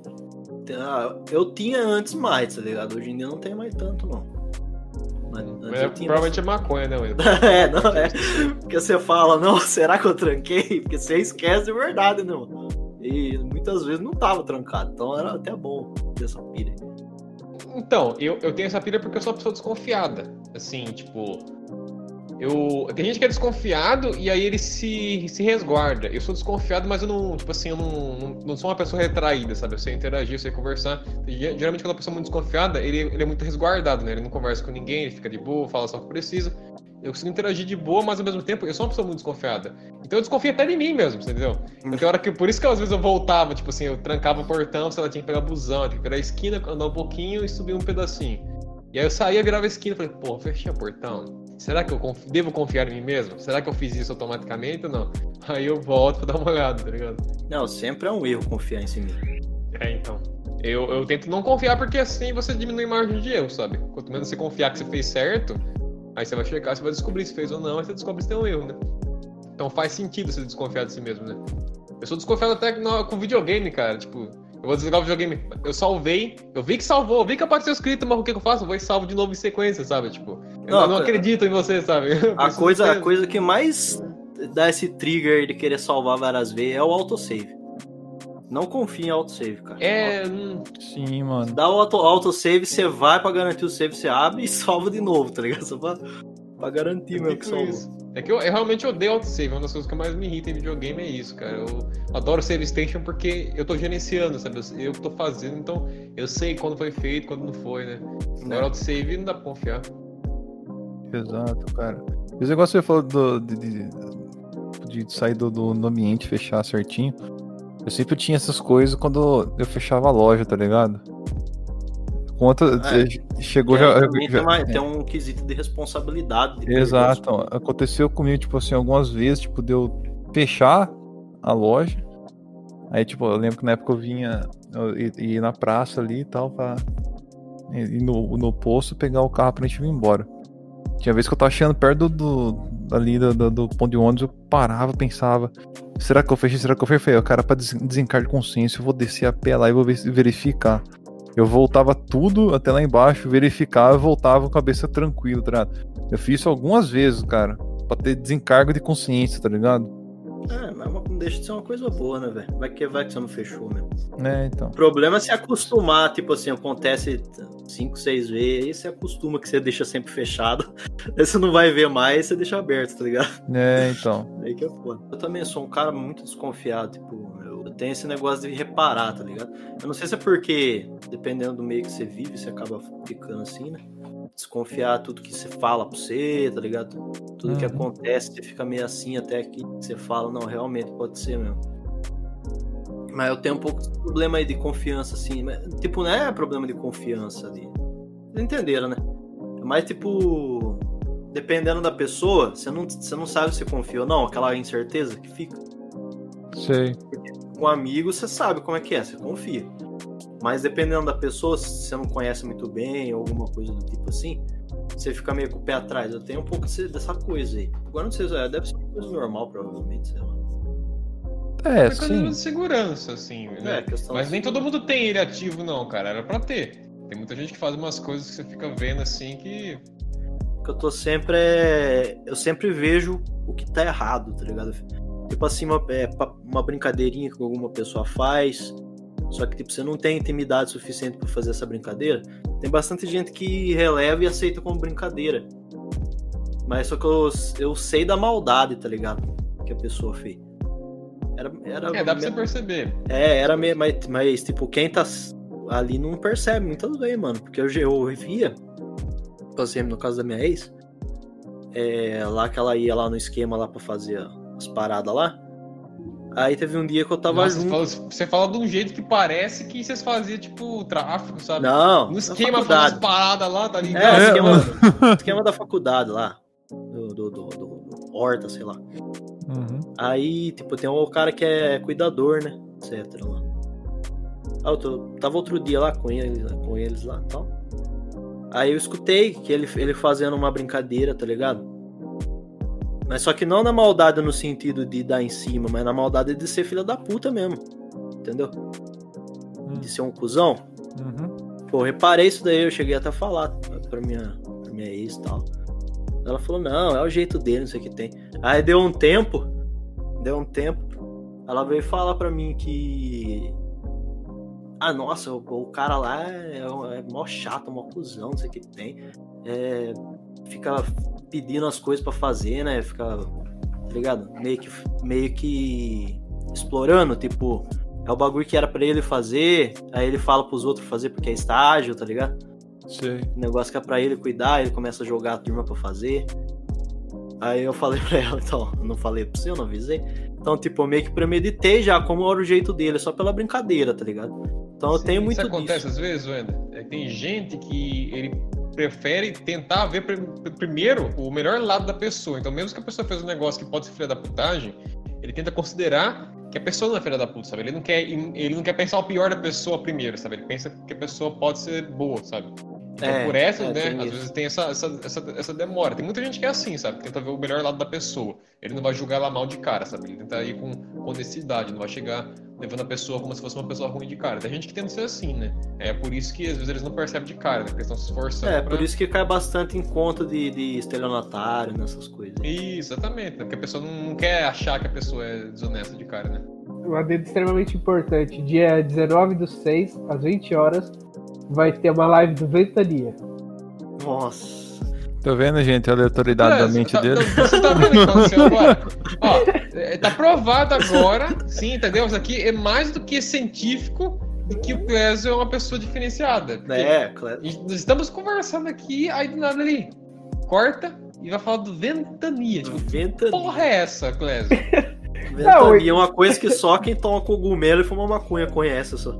Ah, eu tinha antes mais, tá ligado? Hoje em dia não tem mais tanto, não. Mas antes Mas é, eu tinha provavelmente é maconha, né, Wendel? É, não é. Porque você fala, não, será que eu tranquei? Porque você esquece de verdade, né, mano? E muitas vezes não tava trancado, então era até bom ter essa pilha. Então, eu, eu tenho essa pilha porque eu sou uma pessoa desconfiada. Assim, tipo. Eu, tem gente que é desconfiado e aí ele se, se resguarda. Eu sou desconfiado, mas eu não, tipo assim, eu não, não, não sou uma pessoa retraída, sabe? Eu sei interagir, eu sei conversar. Ge- Geralmente, quando a pessoa é muito desconfiada, ele, ele é muito resguardado, né? Ele não conversa com ninguém, ele fica de boa, fala só o que precisa. Eu consigo interagir de boa, mas ao mesmo tempo eu sou uma pessoa muito desconfiada. Então eu desconfio até de mim mesmo, você entendeu? Então, tem hora que, por isso que às vezes eu voltava, tipo assim, eu trancava o portão, sei lá, tinha que pegar busão, tinha que pegar a esquina, andar um pouquinho e subir um pedacinho. E aí eu saía, virava a esquina e falei, pô, fechei o portão. Será que eu conf... devo confiar em mim mesmo? Será que eu fiz isso automaticamente ou não? Aí eu volto pra dar uma olhada, tá ligado? Não, sempre é um erro confiar em si mesmo. É, então. Eu, eu tento não confiar porque assim você diminui a margem de erro, sabe? Quanto menos você confiar que você fez certo, aí você vai checar, você vai descobrir se fez ou não, aí você descobre se tem um erro, né? Então faz sentido você desconfiar de si mesmo, né? Eu sou desconfiado até no- com videogame, cara. Tipo, eu vou desligar o videogame. Eu salvei, eu vi que salvou, eu vi que apareceu escrito, mas o que que eu faço? Eu vou e salvo de novo em sequência, sabe? Tipo, eu Não, não, não cara, acredito em você, sabe? Eu A preciso coisa, a ter- coisa que mais dá esse trigger de querer salvar várias vezes é o autosave. Não confia em autosave, cara. É. hum, Sim, mano. Dá o auto, autosave, você vai pra garantir o save, você abre e salva de novo, tá ligado? Só pra, pra garantir mesmo que tipo salvou. isso. É que eu, eu realmente odeio autosave. Uma das coisas que mais me irrita em videogame é isso, cara. Eu adoro save station porque eu tô gerenciando, sabe? Eu, eu que tô fazendo, então eu sei quando foi feito, quando não foi, né? Agora autosave não dá pra confiar. Exato, cara. Esse negócio que você falou do, de, de, de sair do, do, do ambiente, fechar certinho. Eu sempre tinha essas coisas quando eu fechava a loja, tá ligado? Conta, É. chegou É, já. também já- tem, uma- tem um quesito de responsabilidade. de Exato. perder Aconteceu comigo, tipo assim, algumas vezes, tipo, de eu fechar a loja. Aí, tipo, eu lembro que na época eu vinha eu ia- ia na praça ali e tal, pra ir no, no posto pegar o carro pra gente vir embora. Tinha vez que eu tava chegando perto do, do- ali do, do, do ponto de ônibus, eu parava, pensava, será que eu fechei? Será que eu fechei? Falei, o cara, pra des- desencargo de consciência, eu vou descer a pé lá e vou ver- verificar. Eu voltava tudo até lá embaixo, verificava e voltava com a cabeça tranquila, tá ligado? Eu fiz isso algumas vezes, cara, pra ter desencargo de consciência, tá ligado? É, mas não deixa de ser uma coisa boa, né, velho? Vai que vai que você não fechou mesmo. É, então. O problema é se acostumar, tipo assim, acontece cinco, seis vezes, aí você acostuma que você deixa sempre fechado, aí você não vai ver mais, você deixa aberto, tá ligado? É, então. Aí que é foda. Eu também sou um cara muito desconfiado, tipo, eu, eu tenho esse negócio de reparar, tá ligado? Eu não sei se é porque, dependendo do meio que você vive, você acaba ficando assim, né? Desconfiar tudo que você fala pra você, tá ligado? Tudo que Uhum. acontece, você fica meio assim até que você fala, não, realmente pode ser mesmo. Mas eu tenho um pouco de problema aí de confiança, assim. Mas, tipo, não é problema de confiança ali. Vocês entenderam, né? É mais tipo. Dependendo da pessoa, você não, você não sabe se confia ou não, aquela incerteza que fica. Sei. Com um amigo, você sabe como é que é, você confia. Mas dependendo da pessoa, se você não conhece muito bem ou alguma coisa do tipo assim, você fica meio com o pé atrás. Eu tenho um pouco dessa coisa aí. Agora não sei, deve ser uma coisa normal, provavelmente, sei lá. É, É coisa sim. de segurança, assim, né? É, questão Mas de nem todo segurança. mundo tem ele ativo, não, cara. Era pra ter. Tem muita gente que faz umas coisas que você fica vendo assim que. Que eu tô sempre é... eu sempre vejo o que tá errado, tá ligado? Tipo assim, uma, é, uma brincadeirinha que alguma pessoa faz, só que tipo, você não tem intimidade suficiente pra fazer essa brincadeira. Tem bastante gente que releva e aceita como brincadeira, mas só que eu, eu sei da maldade, tá ligado? Que a pessoa fez. Era, era É, dá pra você mesmo- perceber. É, era meio, mas, mas tipo, quem tá ali não percebe muitas vezes, mano, porque eu, eu via, por exemplo, no caso da minha ex, é, lá que ela ia lá no esquema lá pra fazer as paradas lá, aí teve um dia que eu tava Nossa, junto. você fala, você fala de um jeito que parece que vocês faziam, tipo, tráfico, sabe? Não, No na esquema, faz faculdade. umas paradas lá, tá É, ligado? o É, esquema, mano. esquema da faculdade lá, do, do, do, do- do Horta, sei lá. Uhum. Aí, tipo, tem um cara que é cuidador, né, etc lá. Ah, eu tô- tava outro dia lá com eles, com eles lá e tal. Aí eu escutei que ele, ele fazendo uma brincadeira, tá ligado? Mas só que não na maldade no sentido de dar em cima, mas na maldade de ser filha da puta mesmo. Entendeu? De ser um cuzão. Uhum. Pô, eu reparei isso daí, eu cheguei até a falar pra minha, pra minha ex e tal. Ela falou, não, é o jeito dele, não sei o que tem. Aí deu um tempo, deu um tempo, ela veio falar pra mim que... Ah, nossa, o, o cara lá é, é mó chato, mó cuzão, não sei o que tem. É, fica pedindo as coisas pra fazer, né? Fica, tá ligado? Meio que, meio que explorando, tipo... É o bagulho que era pra ele fazer, aí ele fala pros outros fazer porque é estágio, tá ligado? Sei. O negócio que é pra ele cuidar, ele começa a jogar a turma pra fazer. Aí eu falei pra ela, então, eu não falei pra você, eu não avisei. Então, tipo, eu meio que premeditei já como era o jeito dele, só pela brincadeira, tá ligado? Então eu Sim, tenho muito isso acontece disso. às vezes, Wender. É, tem gente que ele prefere tentar ver pr- primeiro o melhor lado da pessoa. Então, mesmo que a pessoa fez um negócio que pode ser filha da putagem, ele tenta considerar que a pessoa não é filha da puta, sabe? Ele não quer, ele não quer pensar o pior da pessoa primeiro, sabe? Ele pensa que a pessoa pode ser boa, sabe? Então, É, por essa, é, né, tem às isso. vezes tem essa, essa, essa, essa demora. Tem muita gente que é assim, sabe? Tenta ver o melhor lado da pessoa. Ele não vai julgar ela mal de cara, sabe? Ele tenta ir com honestidade, não vai chegar levando a pessoa como se fosse uma pessoa ruim de cara. Tem gente que tenta ser assim, né? É por isso que às vezes eles não percebem de cara, né? Porque eles estão se esforçando É, pra... por isso que cai bastante em conta de, de estelionatário, nessas coisas. Isso, exatamente. Né? Porque a pessoa não, não quer achar que a pessoa é desonesta de cara, né? Um adendo extremamente importante. Dia dezenove do seis, às vinte horas, vai ter uma live do Ventania. Nossa. Tô vendo, gente, a aleatoriedade da É, mente tá- dele. tá- Você tá vendo o que aconteceu agora? Ó, é, tá provado agora, sim, entendeu? Isso aqui é mais do que científico de que o Clésio é uma pessoa diferenciada. Porque É, claro. a gente- nós estamos conversando aqui, aí do nada ali, corta e vai falar do Ventania. Tipo, que Ventania. porra é essa, Clésio? Ventania é uma coisa que só quem toma cogumelo e fuma maconha conhece só.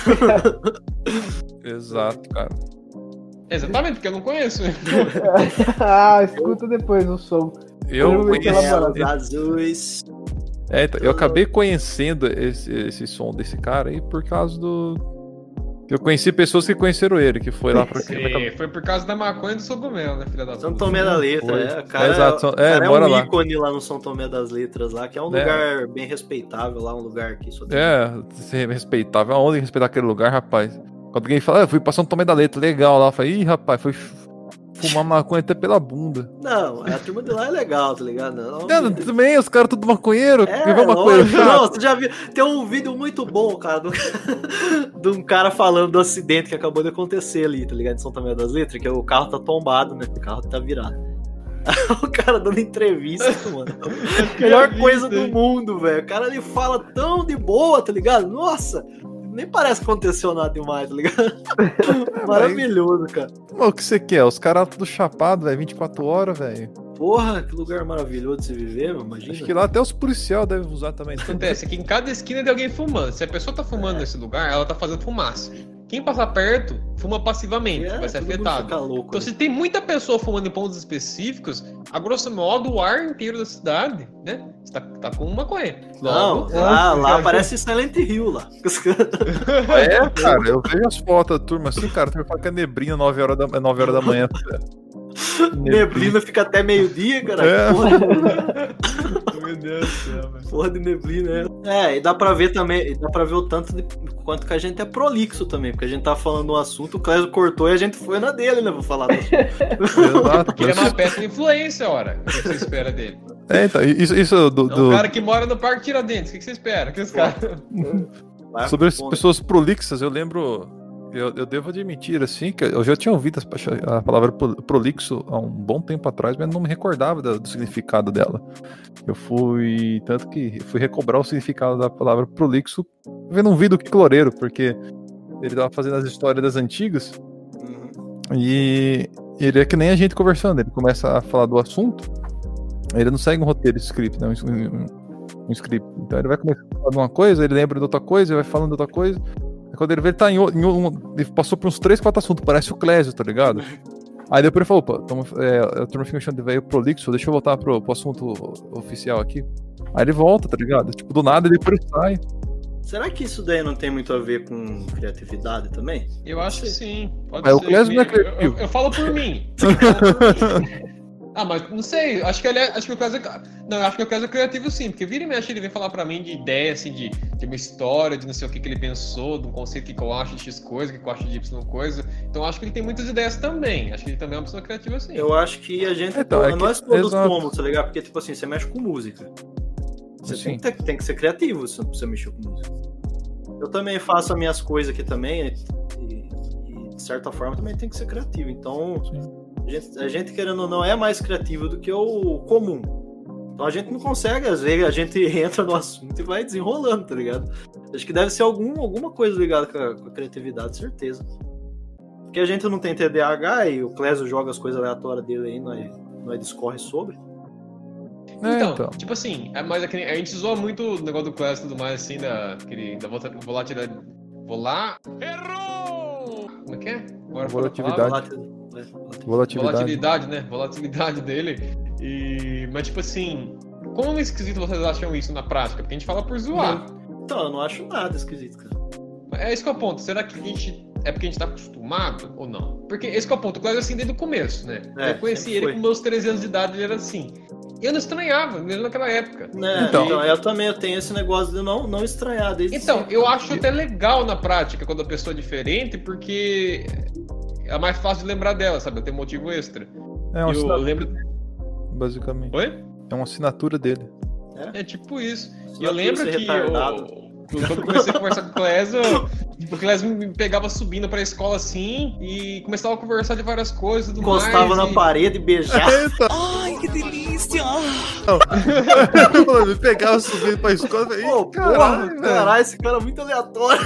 Exato, cara. Exatamente, porque eu não conheço. Ah, escuta depois o som. Eu Eu vou conheci, elaborar. Os azuis. é, então, eu acabei conhecendo esse, esse som desse cara aí por causa do. Eu conheci pessoas que conheceram ele, que foi lá pra Sim, foi por causa da maconha e do cogumelo, né, filha da puta? São Tomé da Letra, Foi. é. O cara, Exato, São- o cara é, é, bora um lá. ícone lá no São Tomé das Letras, lá, que é um É. lugar bem respeitável, lá, um lugar que só tem. É, se respeitava. Aonde respeitar aquele lugar, rapaz? Quando alguém fala, ah, eu fui pra São Tomé da Letra, legal lá. Eu falei, ih, rapaz, foi f- fumar maconha até pela bunda. Não, a turma de lá é legal, tá ligado? Não, Não, também, os caras tudo maconheiro, É, que vão maconheiro lógico. chato. Não, você já viu? Tem um vídeo muito bom, cara, do... de um cara falando do acidente que acabou de acontecer ali, tá ligado? Em São Tomé das Letras, que o carro tá tombado, né? O carro tá virado. O cara dando entrevista, mano. Melhor coisa do mundo, velho. O cara ele fala tão de boa, tá ligado? Nossa, nem parece que aconteceu nada demais, tá ligado? Maravilhoso, cara. Mas o que você quer? Os caras tudo chapado, velho, vinte e quatro horas, velho. Porra, que lugar maravilhoso de se viver, meu, imagina. Acho que lá até os policiais devem usar também. Acontece que em cada esquina tem alguém fumando. Se a pessoa tá fumando nesse lugar, ela tá fazendo fumaça. quem passar perto fuma passivamente, É, vai ser todo mundo afetado. fica louco, Então, né? se tem muita pessoa fumando em pontos específicos, a grosso modo, o ar inteiro da cidade, né? Você tá, tá com maconha. Não, Logo, lá, lá parece Silent Hill lá. É, cara, eu vejo as fotos da turma assim, cara, tu fala que é neblina nove horas da, nove horas da manhã. Neblina fica até meio-dia, cara. É. Porra, Meu Deus do céu, velho. porra de neblina, é. É, e dá pra ver também, e dá pra ver o tanto de quanto que a gente é prolixo também, porque a gente tá falando um assunto, o Clésio cortou e a gente foi na dele, né? Vou falar. do assunto. Exato. Porque ele é uma peça de influência, ora. O que você espera dele? É, então, isso, isso do, É um do- cara que mora no Parque Tiradentes. O que você espera? Que os caras... Vai, sobre as ponto. pessoas prolixas, eu lembro, eu, eu devo admitir, assim, que eu já tinha ouvido a, a palavra pro- prolixo há um bom tempo atrás, mas não me recordava do, do significado dela. Eu fui, tanto que fui recobrar o significado da palavra prolixo vendo um vídeo do Kiko Loureiro, porque ele tava fazendo as histórias das antigas, Uhum. e ele é que nem a gente conversando, ele começa a falar do assunto, ele não segue um roteiro script, né? Um, um, um script. Então ele vai começar a falar de uma coisa, ele lembra de outra coisa, ele vai falando de outra coisa. Aí quando ele vê, ele tá em, o- em um. Ele passou por uns três, quatro assuntos, parece o Clésio, tá ligado? Aí depois ele falou, opa, tamo, é, a turma fica me chamando de velho prolixo, deixa eu voltar pro, pro assunto oficial aqui. Aí ele volta, tá ligado? Tipo, do nada ele depois sai. Será que isso daí não tem muito a ver com criatividade também? Eu acho que sim. Pode Mas o ser. Clésio não é Eu- eu, criativo. eu, eu falo por mim. Eu falo por mim. Ah, mas não sei. Acho que ele é, acho que o Clésio é, não, eu acho que o Clésio é criativo sim, porque vira e mexe ele vem falar pra mim de ideia assim de, de uma história, de não sei o que que ele pensou, de um conceito que eu acho de X coisa, que eu acho de Y coisa. Então eu acho que ele tem muitas ideias também. Acho que ele também é uma pessoa criativa sim. Eu acho que a gente. Então, é que- nós todos exato. somos, tá ligado? Porque, tipo assim, você mexe com música. Você Sim. tem que, ter- tem que ser criativo se você mexer com música. Eu também faço as minhas coisas aqui também, e, e de certa forma também tem que ser criativo. Então, Sim. a gente, a gente, querendo ou não, é mais criativo do que o comum. Então a gente não consegue, às vezes a gente entra no assunto e vai desenrolando, tá ligado? Acho que deve ser algum, alguma coisa ligada com a, com a criatividade, certeza. Porque a gente não tem T D A H e o Clésio joga as coisas aleatórias dele aí, nós, nós discorre sobre. É, Então, então. tipo assim, é mais aquele, a gente zoa muito o negócio do Clash e tudo mais, assim, da, aquele, da volta- volatilidade. Volar. Errou! Como é que é? Agora fala a Volatilidade. palavra. Volatilidade. Volatilidade. Volatilidade, né? Volatilidade dele. E... Mas, tipo assim, como é esquisito vocês acham isso na prática? Porque a gente fala por zoar. Então, eu não acho nada esquisito, cara. É esse que é o ponto. Será que a gente. É porque a gente tá acostumado ou não? Porque esse que é o ponto. O Cláudio é assim desde o começo, né? É, eu conheci sempre ele foi. com meus treze anos de idade, ele era assim. Eu não estranhava, mesmo naquela época. Né? Então- Então, eu também eu tenho esse negócio de não, não estranhar desde Então, sempre. eu acho até legal na prática quando a pessoa é diferente, porque é mais fácil de lembrar dela, sabe? Tem motivo extra. É uma eu assinatura, lembro. basicamente. Oi? É uma assinatura dele. É tipo isso. E Só eu lembro ser que retardado. eu, quando eu comecei a conversar com o Clésio, o Clésio me pegava subindo pra escola assim e começava a conversar de várias coisas e tudo Encostava mais. na e... parede e beijava. Ai, que delícia! Me pegava subindo pra escola e falei, Pô, "Ih, porra, caralho, velho." caralho, esse cara é muito aleatório.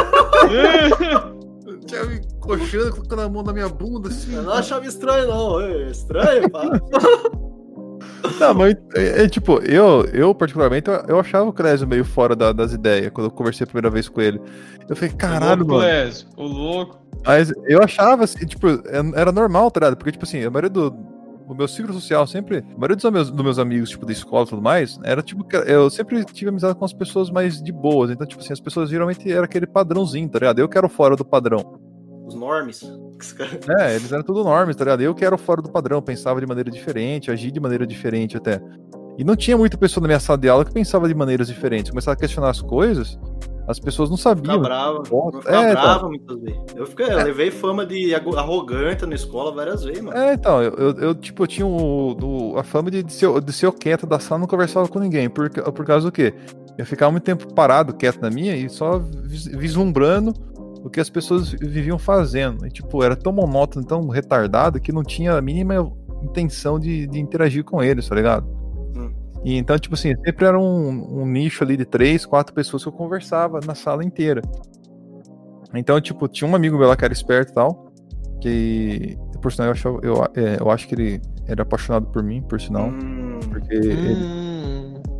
Tinha me coxando, colocando a mão na minha bunda assim. Eu não achava estranho, não. É estranho, pá. Não, mas é, é, tipo, eu, eu particularmente, eu, eu achava o Clésio meio fora da- das ideias quando eu conversei a primeira vez com ele. Eu falei, caralho, o louco, mano. Clésio, o louco. Mas eu achava, assim, tipo, era normal, tá ligado? Porque, tipo assim, a maioria do, do meu ciclo social sempre, a maioria dos meus, dos meus amigos, tipo, da escola e tudo mais, era tipo, que eu sempre tive amizade com as pessoas mais de boas. Então, tipo assim, as pessoas geralmente era aquele padrãozinho, tá ligado? Eu que era fora do padrão. Os normes. É, eles eram tudo normes, tá ligado? Eu que era fora do padrão, pensava de maneira diferente, agia de maneira diferente até. E não tinha muita pessoa na minha sala de aula que pensava de maneiras diferentes. Começava a questionar as coisas, as pessoas não Ficar sabiam. brava. Nossa, Ficar é, brava muitas vezes. Eu, fiquei, eu levei fama de ago- arrogante na escola várias vezes, mano. É, então, eu, eu, eu, tipo, eu tinha o, o- a fama de, de, ser, de ser o quieto da sala, não conversava com ninguém. Por, por causa do quê? Eu ficava muito tempo parado, quieto na minha, e só vis- vislumbrando o que as pessoas viviam fazendo. E, tipo, era tão monótono, tão retardado, que não tinha a mínima intenção de, de interagir com eles, tá ligado? Hum. E então, tipo assim, sempre era um, um nicho ali de três, quatro pessoas que eu conversava na sala inteira. Então, tipo, tinha um amigo meu lá que era esperto e tal, que, por sinal, eu, achava, eu, é, eu acho que ele era apaixonado por mim, por sinal, Hum, porque ele, Hum,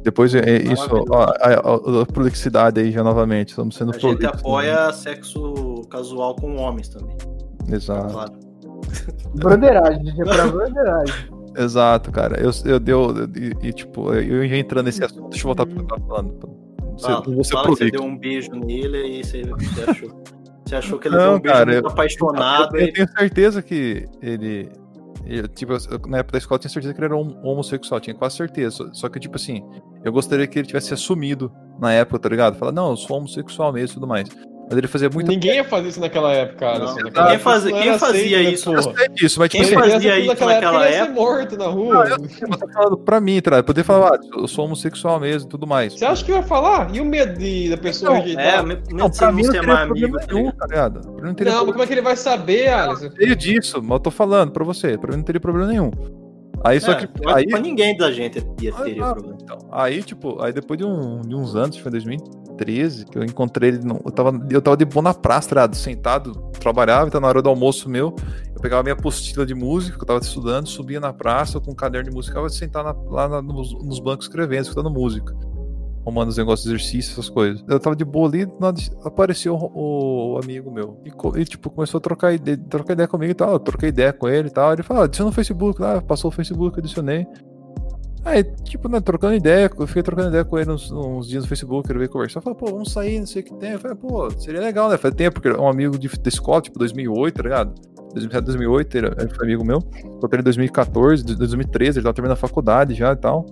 Depois, é, isso, ó, a, a, a prolixidade aí já novamente, estamos sendo A gente prolixos, apoia né? sexo casual com homens também. Exato. Claro. Broderagem, gente, é pra broderagem. Exato, cara. Eu, eu deu. E, e, tipo, eu ia entrando nesse assunto. Deixa eu voltar pro que eu tava falando. Você, Fala, você fala que você prolixo. deu um beijo nele e você, você achou. Você achou que ele Não, deu um beijo cara, muito eu- apaixonado. Eu, e... eu tenho certeza que ele. ele, tipo, eu- na época da escola eu tinha certeza que ele era hom- homossexual, tinha quase certeza. Só, só que, tipo assim, eu gostaria que ele tivesse assumido na época, tá ligado? Falar, não, eu sou homossexual mesmo e tudo mais. Mas ele fazia muito. Ninguém ia fazer isso naquela época, Não. Alisson. Naquela Quem época fazia- não quem era fazia aceito, né, isso? Eu porra? sei disso, mas tipo Quem assim, fazia Fazia isso naquela época, naquela ele ia ser época? morto na rua. não, eu, eu tô falando pra mim, tá ligado? Poder falar, ah, eu sou homossexual mesmo e tudo mais. Você acha que vai falar? E o medo de, da pessoa Não, rejeitar? É, Não, mesmo Não, se pra ele mim não não ser teria mais amigo, problema tá nenhum, ligado? tá ligado? Pra mim não teria mas como é que ele vai saber, Alisson? Eu sei disso, mas eu tô falando pra você, pra mim não teria problema nenhum. Aí só É, que. eu acho Aí, que pra ninguém da gente ia Ah, ter ah, problema. então, aí, tipo, aí depois de, um- de uns anos, foi em dois mil e treze, que eu encontrei ele. No, eu, tava, eu tava de boa na praça, tá ligado? Sentado, trabalhava, então na hora do almoço meu, eu pegava minha apostila de música, que eu tava estudando, subia na praça com um caderno de música, ficava sentado na- lá na- nos, nos bancos escrevendo, escutando música. Arrumando os negócios de exercício, essas coisas. Eu tava de boa ali, do nada apareceu o, o amigo meu. E, co- e, tipo, começou a trocar ideia, trocar ideia comigo e tal. Eu troquei ideia com ele e tal. Ele falou, ah, adiciona no Facebook lá, passou o Facebook, eu adicionei. Aí, tipo, né, trocando ideia, eu fiquei trocando ideia com ele uns, uns dias no Facebook, ele veio conversar. Eu falei, pô, vamos sair, não sei o que tem. Eu falei, pô, seria legal, né? Faz tempo, porque é um amigo de, da escola, tipo, dois mil e oito, tá ligado? dois mil e sete, dois mil e oito, ele, ele foi amigo meu. Encontrei ele em dois mil e quatorze, dois mil e treze, ele tava terminando a faculdade já e tal.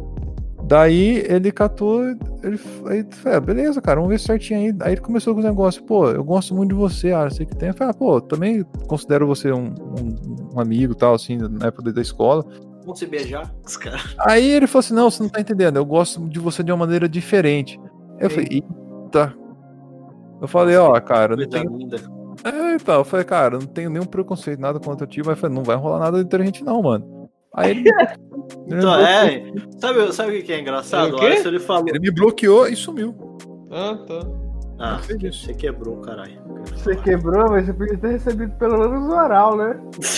Daí ele catou, ele aí, falei, ah, beleza, cara, vamos ver certinho aí. Aí ele começou com os negócios, pô, eu gosto muito de você, ah, sei que tem. Eu falei, ah, pô, também considero você um, um, um amigo e tal, assim, na época da escola. Vamos se beijar? Os caras. Aí ele falou assim, não, você não tá entendendo, eu gosto de você de uma maneira diferente. Eu falei, eita. Eu falei, ó, cara, não Coisa tem. linda. É, então, eu falei, cara, não tenho nenhum preconceito, nada contra ti, mas eu falei, não vai rolar nada entre a gente, não, mano. Aí ele, Então, é. Sabe, sabe o que é engraçado? O quê? Olha, se ele falou. ele me bloqueou e sumiu. Ah, tá. Ah, fez isso. você quebrou, caralho. Você quebrou, mas você podia ter recebido pelo menos o oral, né?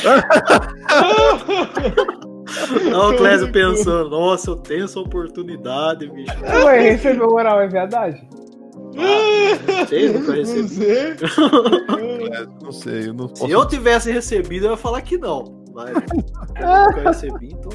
Não, o Clésio pensando, nossa, eu tenho essa oportunidade, bicho. Ué, receber o oral é verdade? Ah, não sei, nunca Não recebi. sei. É, não sei, eu não posso. Se eu tivesse recebido, eu ia falar que não. Mas eu nunca recebi, então.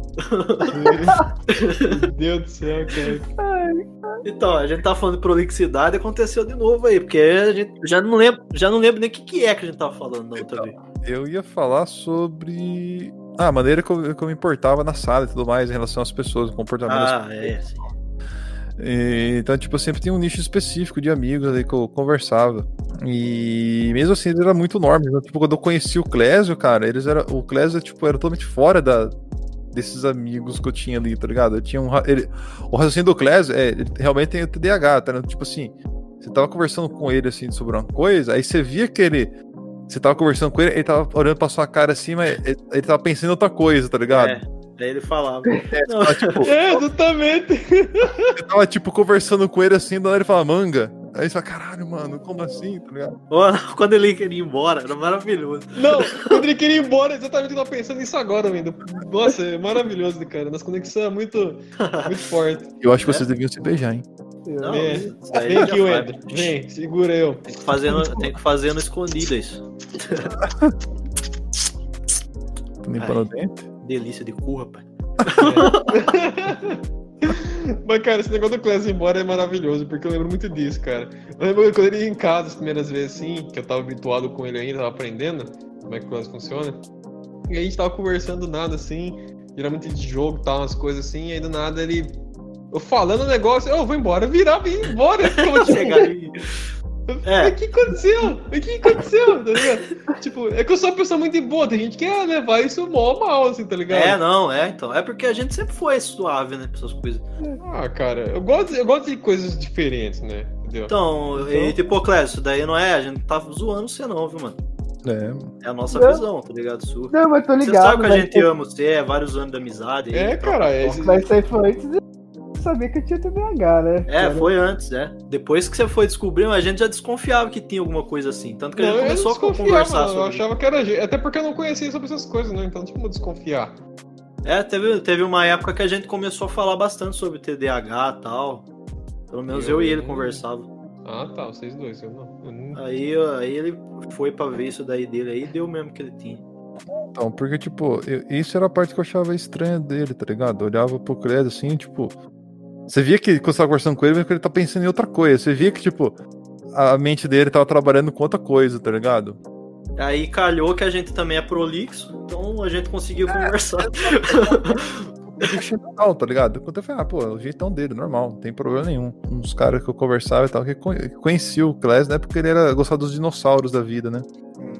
Meu Deus do céu, cara. Então, a gente tá falando de prolixidade, aconteceu de novo aí, porque a gente já não lembra, já não lembro nem o que, que é que a gente tava falando na outra vez. Eu ia falar sobre ah, a maneira que eu, que eu me importava na sala e tudo mais em relação às pessoas, o comportamento das Ah, é, sim. E, então, tipo, eu sempre tinha um nicho específico de amigos ali que eu conversava. E mesmo assim, eles eram muito enormes. Então, tipo, quando eu conheci o Clésio, cara, eles eram. O Clésio, tipo, era totalmente fora da, desses amigos que eu tinha ali, tá ligado? Eu tinha um. ra- Ele, o raciocínio do Clésio é, ele realmente tem o T D A H, tá ligado? Tipo assim, você tava conversando com ele assim sobre uma coisa, aí você via que ele. Você tava conversando com ele, ele tava olhando pra sua cara assim, mas ele, ele tava pensando em outra coisa, tá ligado? É, daí ele falava. É, Não. você tava, tipo, É, exatamente. você tava, tipo, conversando com ele assim, daí ele fala manga. Aí você fala, caralho, mano, como assim, tá ligado? Ó, quando ele queria ir embora, era maravilhoso. Não, quando ele queria ir embora, exatamente eu tava pensando nisso agora ainda. Nossa, é maravilhoso, cara. Nossa conexão é muito, muito forte. Eu acho que vocês deviam se beijar, hein? Não, Vem, isso aí vem já aqui, vai. Wender. Vem, segura eu. Tem que fazer no, tem que fazer no escondido isso. Tô limpando o dente. Delícia de cu, rapaz. Mas, cara, esse negócio do Clésio ir embora é maravilhoso, porque eu lembro muito disso, cara. Eu lembro quando ele ia em casa as primeiras vezes, assim, que eu tava habituado com ele ainda, tava aprendendo como é que o Clésio funciona. E aí a gente tava conversando do nada, assim, geralmente de jogo e tal, umas coisas assim, e aí do nada ele... Eu falando o negócio, eu vou embora, virar, vim embora. Como, tipo, Chegar aí. É. O que aconteceu? O que aconteceu? Tá ligado? Tipo, é que eu sou uma pessoa muito boa, tem gente que quer levar isso mó mal, assim, tá ligado? É, não, é, então. É porque a gente sempre foi suave, né, pra essas coisas. Ah, cara, eu gosto, eu gosto de coisas diferentes, né? Entendeu? Então, e tipo, Clésio, isso daí não é, a gente tá zoando você não, viu, mano? É, É a nossa Não. visão, tá ligado? Sua. Não, mas tô Você ligado. sabe que a mas- gente ama você, é vários anos de amizade. aí, É, troca cara, é toque. esse- Mas isso aí foi antes de saber que eu tinha T D A H, né? É, Cara, foi antes, é. Depois que você foi descobrir, a gente já desconfiava que tinha alguma coisa assim. Tanto que a Não, gente eu começou a desconfiava, conversar mano, sobre eu achava que era jeito. Até porque eu não conhecia sobre essas coisas, né? Então, tipo, desconfiar. É, teve, teve uma época que a gente começou a falar bastante sobre T D A H e tal. Pelo menos eu, eu e ele conversavam. Ah, tá, vocês dois, eu não. Eu não... Aí, aí ele foi pra ver isso daí dele aí e deu mesmo que ele tinha. Então, porque, tipo, eu, isso era a parte que eu achava estranha dele, tá ligado? Eu olhava pro Clés assim, tipo. Você via que quando você tava conversando com ele, que ele tá pensando em outra coisa. Você via que, tipo, a mente dele tava trabalhando com outra coisa, tá ligado? Aí calhou que a gente também é prolixo, então a gente conseguiu é, conversar. Não, tá ligado? Quando eu falei, ah, pô, é o jeitão dele, normal, não tem problema nenhum. Uns caras que eu conversava e tal, que conheciam o Clés, né? Porque ele era gostava dos dinossauros da vida, né?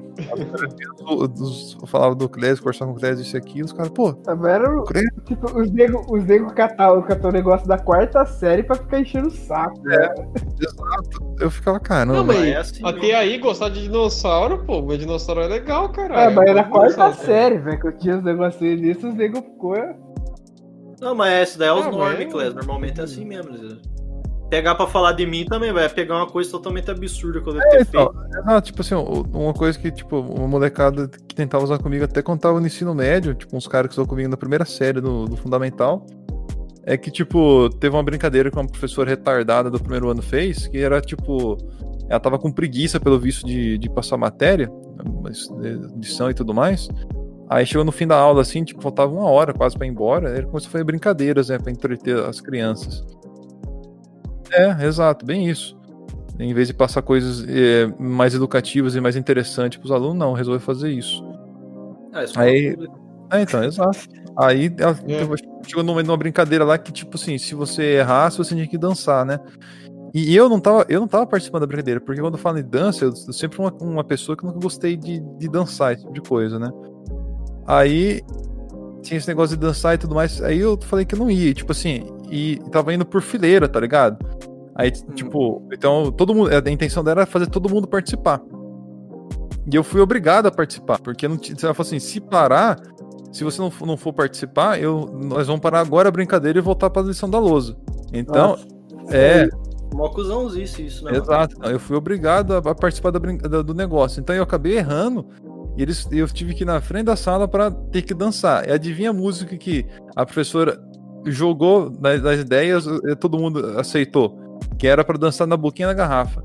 Eu falava do Clés, conversava com o Clés, isso e aquilo, os caras, pô. Era o, tipo, os negros os nego cataram o negócio da quarta série pra ficar enchendo o saco. É, né? Exato. Eu ficava, caramba. Não, mas é assim, até aí gostar de dinossauro, pô, o dinossauro é legal, cara. É, mas era a quarta série, velho, que eu tinha os negocinhos disso, os negros ficou. Não, mas esse daí é os ah, normes, Clés. Normalmente é assim mesmo. Pegar pra falar de mim também, vai pegar uma coisa totalmente absurda que eu devo é, ter então, feito. Não, tipo assim, uma coisa que, tipo, uma molecada que tentava usar comigo até quando tava no ensino médio, tipo, uns caras que usavam comigo na primeira série do, do Fundamental, é que, tipo, teve uma brincadeira que uma professora retardada do primeiro ano fez, que era, tipo, ela tava com preguiça, pelo visto, de, de passar matéria, edição e tudo mais. Aí chegou no fim da aula, assim, tipo, faltava uma hora quase pra ir embora. Aí ele começou a fazer brincadeiras, né, pra entreter as crianças. É, exato, bem isso. Em vez de passar coisas é, mais educativas e mais interessantes pros alunos, não, resolveu fazer isso. Ah, isso aí, é, então, exato. Aí ela é. chegou numa, numa brincadeira lá que, tipo assim, se você errasse, você tinha que dançar, né? E eu não tava, eu não tava participando da brincadeira, porque quando eu falo em dança, eu, eu sempre fui uma, uma pessoa que nunca gostei de, de dançar, esse tipo de coisa, né? Aí tinha esse negócio de dançar e tudo mais. Aí eu falei que eu não ia, tipo assim, e tava indo por fileira, tá ligado? Aí, hum. tipo, então todo mundo, a intenção dela era fazer todo mundo participar. E eu fui obrigado a participar, porque não tinha, ela falou assim, se parar, se você não, não for participar, eu, nós vamos parar agora a brincadeira e voltar pra lição da lousa. Então, Nossa, é... Mó cuzãozinho isso, né? Exato, mano? Eu fui obrigado a participar da brinca... do negócio. Então eu acabei errando. E eles, eu tive que ir na frente da sala pra ter que dançar. E adivinha a música que a professora jogou nas, nas ideias e todo mundo aceitou? Que era pra dançar na boquinha da garrafa.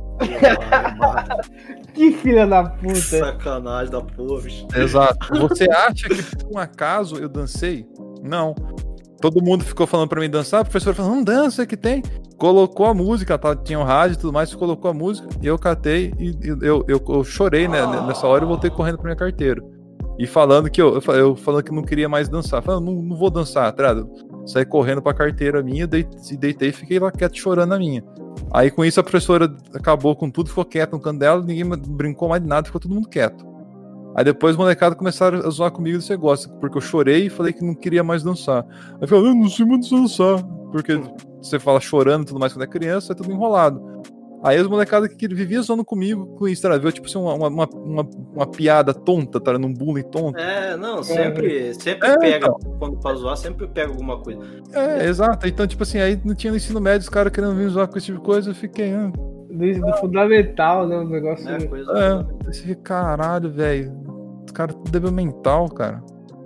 Que filha da puta. Sacanagem da porra, bicho. Exato. Você acha que por um acaso eu dancei? Não. Todo mundo ficou falando pra mim dançar, a professora falou, não dança que tem. Colocou a música, tá? Tinha um rádio e tudo mais, colocou a música, e eu catei e eu, eu, eu chorei, né, nessa hora e voltei correndo pra minha carteira. E falando que eu, eu falando que não queria mais dançar. Falando, não, não vou dançar, tá? Saí correndo pra carteira minha, deitei, deitei e fiquei lá quieto chorando na minha. Aí com isso a professora acabou com tudo, ficou quieta no canto dela, ninguém brincou mais de nada, ficou todo mundo quieto. Aí depois os molecados começaram a zoar comigo desse negócio, porque eu chorei e falei que não queria mais dançar. Aí eu falei, eu não sei mais dançar, porque você fala chorando e tudo mais quando é criança, é tudo enrolado. Aí os molecados que viviam zoando comigo com isso, tá? Viu? Tipo assim, uma, uma, uma, uma piada tonta, tá? Num bullying tonto. É, não, sempre, é. sempre é, pega, então. Quando pra zoar, sempre pega alguma coisa. É, é, exato. Então, tipo assim, aí não tinha no ensino médio, os caras querendo vir zoar com esse tipo de coisa, eu fiquei... Ah, do, do fundamental, né? O negócio... É, coisa é esse caralho, velho. Os caras tudo débil mental, cara.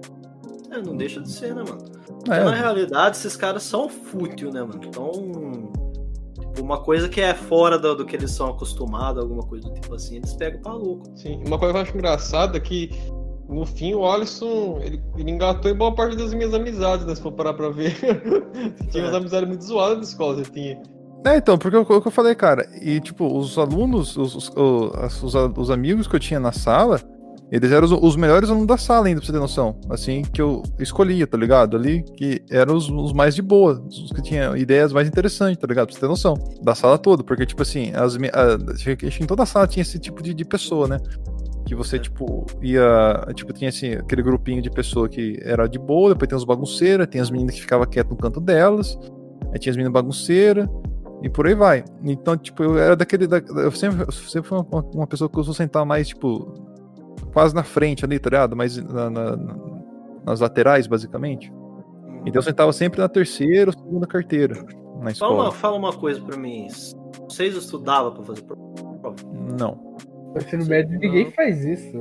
É, não deixa de ser, né, mano? É. Na realidade, esses caras são fútil, né, mano? Então, tipo, uma coisa que é fora do, do que eles são acostumados, alguma coisa do tipo assim, eles pegam pra louco. Sim, uma coisa que eu acho engraçada é que, no fim, o Alisson, ele, ele engatou em boa parte das minhas amizades, né, se for parar pra ver. Tinha umas amizades muito zoadas na escola, você tinha. É, então, porque o que eu falei, cara, e tipo, os alunos, os, os, os, os amigos que eu tinha na sala, eles eram os, os melhores alunos da sala ainda, pra você ter noção. Assim, que eu escolhia, tá ligado? Ali, que eram os, os mais de boa, os que tinham ideias mais interessantes, tá ligado? Pra você ter noção. Da sala toda, porque, tipo assim, as, a, em toda a sala tinha esse tipo de, de pessoa, né? Que você, tipo, ia... Tipo, tinha assim, aquele grupinho de pessoa que era de boa, depois tem os bagunceiras, tem as meninas que ficavam quietas no canto delas, aí tinha as meninas bagunceiras, e por aí vai. Então, tipo, eu era daquele... Da, eu sempre, eu sempre fui uma, uma pessoa que eu sou sentar mais, tipo... quase na frente ali, tá ligado? Mas na, na, nas laterais, basicamente. Então eu sentava sempre na terceira ou segunda carteira na escola. Fala uma, fala uma coisa pra mim. Vocês estudavam pra fazer prova? Não. No ensino médio ninguém faz isso, né?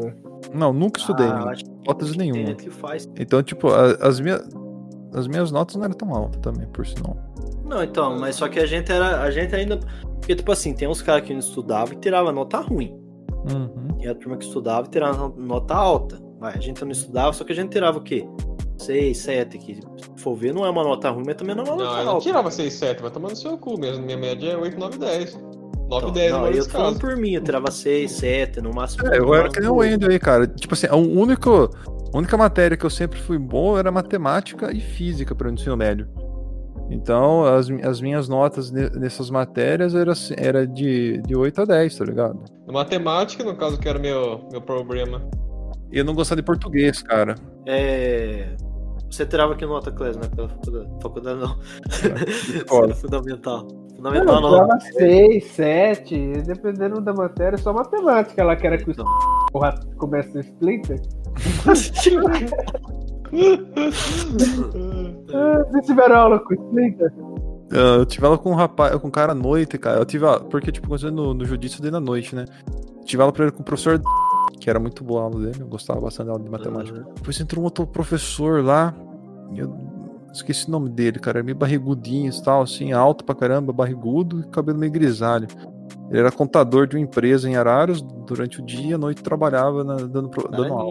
Não, nunca estudei. Ah, acho hipótese que tem nenhuma. gente que faz. Então, tipo, a- as, minha, as minhas notas não eram tão altas também, por sinal. Não, então, mas só que a gente era. A gente ainda. Porque, tipo assim, tem uns caras que não estudavam e tiravam nota ruim. Uhum. E a turma que estudava e tirava nota alta. Vai, a gente não estudava, só que a gente tirava o quê? seis, sete, que se for ver, não é uma nota ruim, mas também não é uma Não, nota eu não alta. tirava seis, sete, vai tomar no seu cu mesmo. Minha média é oito, nove, dez. nove, Então, dez, não, no eu caso. tô falando por mim, eu tirava seis, sete, no máximo. É, eu era que nem o oito. Wendel aí, cara. Tipo assim, a única, a única matéria que eu sempre fui bom era matemática e física para o ensino médio. Então, as, as minhas notas ne- nessas matérias era, assim- era de, de oito a dez, tá ligado? Na matemática, no caso, que era meu, meu problema. E eu não gostava de português, cara. É. Você tirava que nota, Clésio, né? Pela faculdade. Faculdade não. Escola. Fundamental. Não, Fundamental eu não. dava seis, sete, dependendo da matéria, só matemática lá que era que o porra começa a Splinter. Ah, vocês tiveram aula com Splinter? Eu tive aula com um rapaz, com um cara à noite, cara. Eu tive aula, porque, tipo, quando eu no, no jiu-jitsu eu dei na noite, né? Tive aula pra ele com o professor, que era muito boa a aula dele, eu gostava bastante da aula de matemática. Depois entrou um outro professor lá, eu esqueci o nome dele, cara, era meio barrigudinho e tal, assim, alto pra caramba, barrigudo e cabelo meio grisalho. Ele era contador de uma empresa em Araras durante o dia, à noite trabalhava na, dando, pro- dando aula.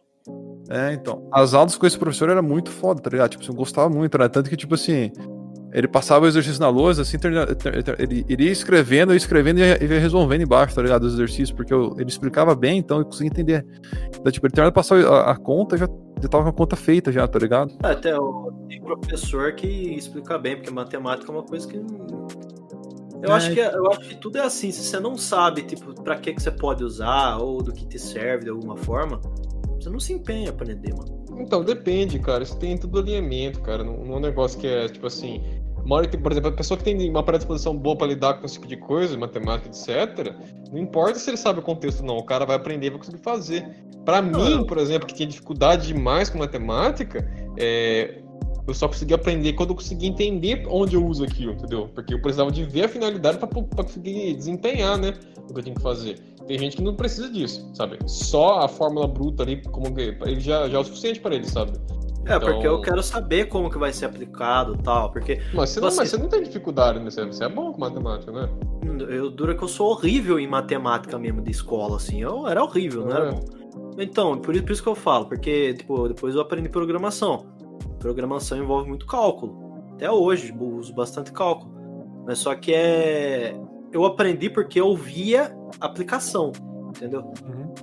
É, então. As aulas com esse professor era muito foda, tá ligado? Tipo, assim, eu gostava muito, né? Tanto que, tipo assim, ele passava o exercício na lousa, assim, termina- ter- ter- ele iria escrevendo, eu escrevendo e ia ia resolvendo embaixo, tá ligado? Os exercícios, porque eu- ele explicava bem, então eu conseguia entender. Então, tipo, ele terminava de passar a, a conta, já, já tava com a conta feita já, tá ligado? É, até o, tem professor que explica bem, porque matemática é uma coisa que. não- Eu, É. acho que, eu acho que tudo é assim. Se você não sabe, tipo, pra que, que você pode usar ou do que te serve de alguma forma, você não se empenha pra aprender, mano. Então, depende, cara. Isso tem tudo alinhamento, cara. Não, não é um negócio que é, tipo assim... Uma hora que, por exemplo, a pessoa que tem uma predisposição boa pra lidar com esse tipo de coisa, matemática, etcétera, não importa se ele sabe o contexto ou não, o cara vai aprender e vai conseguir fazer. Pra mim, por exemplo, que tinha dificuldade demais com matemática, é... eu só consegui aprender quando eu consegui entender onde eu uso aquilo, entendeu? Porque eu precisava de ver a finalidade pra, pra conseguir desempenhar, né, o que eu tinha que fazer. Tem gente que não precisa disso, sabe? Só a fórmula bruta ali, como que ele já, já é o suficiente pra ele, sabe? É, Então- porque eu quero saber como que vai ser aplicado e tal, porque Mas você, não, Você- mas você não tem dificuldade, né? Você, você é bom com matemática, né? eu dura que eu sou horrível em matemática mesmo de escola, assim. Eu era horrível, não era É. bom. Então, por isso, por isso que eu falo, porque tipo, depois eu aprendi programação. Programação envolve muito cálculo. Até hoje, eu uso bastante cálculo. Mas só que é. Eu aprendi porque eu via aplicação, entendeu?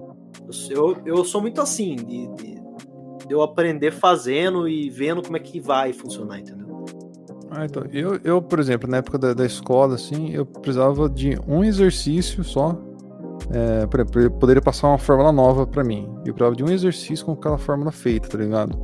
Eu, eu sou muito assim, de, de, de eu aprender fazendo e vendo como é que vai funcionar, entendeu? Ah, então, eu, eu, por exemplo, na época da, da escola, assim, eu precisava de um exercício só, é, pra, pra eu poder passar uma fórmula nova pra mim. Eu precisava de um exercício com aquela fórmula feita, tá ligado?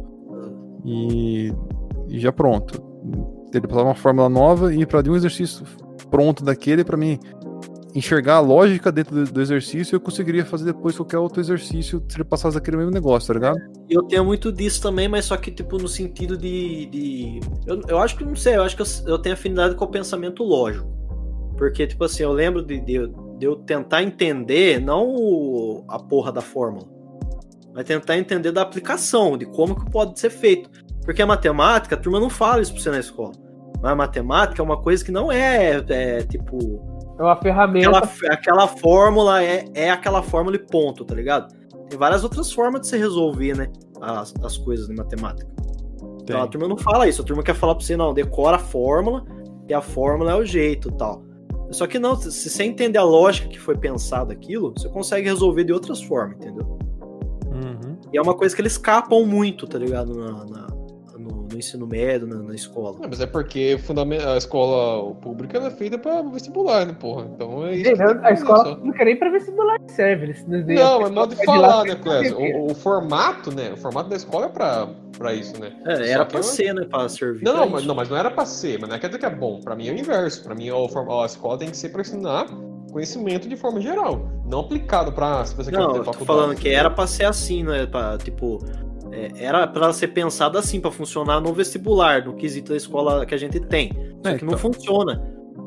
E, e já pronto. Ele passava uma fórmula nova e para de um exercício pronto daquele pra mim enxergar a lógica dentro do, do exercício, eu conseguiria fazer depois qualquer outro exercício se ele passasse daquele mesmo negócio, tá ligado? E eu tenho muito disso também, mas só que, tipo, no sentido de. de... Eu, eu acho que não sei, eu acho que eu, eu tenho afinidade com o pensamento lógico. Porque, tipo assim, eu lembro de, de, de eu tentar entender, não o- a porra da fórmula, mas tentar entender da aplicação, de como que pode ser feito. Porque a matemática, a turma não fala isso pra você na escola. Mas a matemática é uma coisa que não é, é tipo. É uma ferramenta. Aquela, aquela fórmula é, é aquela fórmula e ponto, tá ligado? Tem várias outras formas de você resolver, né? As, as coisas em matemática. Então a turma não fala isso. A turma quer falar pra você, não, decora a fórmula e a fórmula é o jeito e tal. Só que não, se você entender a lógica que foi pensado aquilo, você consegue resolver de outras formas, entendeu? Uhum. E é uma coisa que eles escapam muito, tá ligado? Na, na- no, no ensino médio, na, na escola. É, mas é porque fundament... a escola pública ela é feita pra vestibular, né, porra? Então é isso. Gente, que tem que a fazer escola só. pública nem pra vestibular serve. Eles não, Não, é modo de falar, né, Clésio? Clésio? O, o formato, né? O formato da escola é pra, pra isso, né? É, Só era que pra eu- ser, né? Pra servir. Não, pra não, mas, isso. não, mas não era pra ser, mas não quer dizer que é bom. Pra mim é o inverso. Pra mim o form- a escola tem que ser pra ensinar conhecimento de forma geral, não aplicado pra se você quer Não, fazer eu tô faculdade. falando que era pra ser assim, né? Pra, tipo, é, era pra ser pensado assim, pra funcionar no vestibular, no quesito da escola que a gente tem. Só É, que não então. funciona.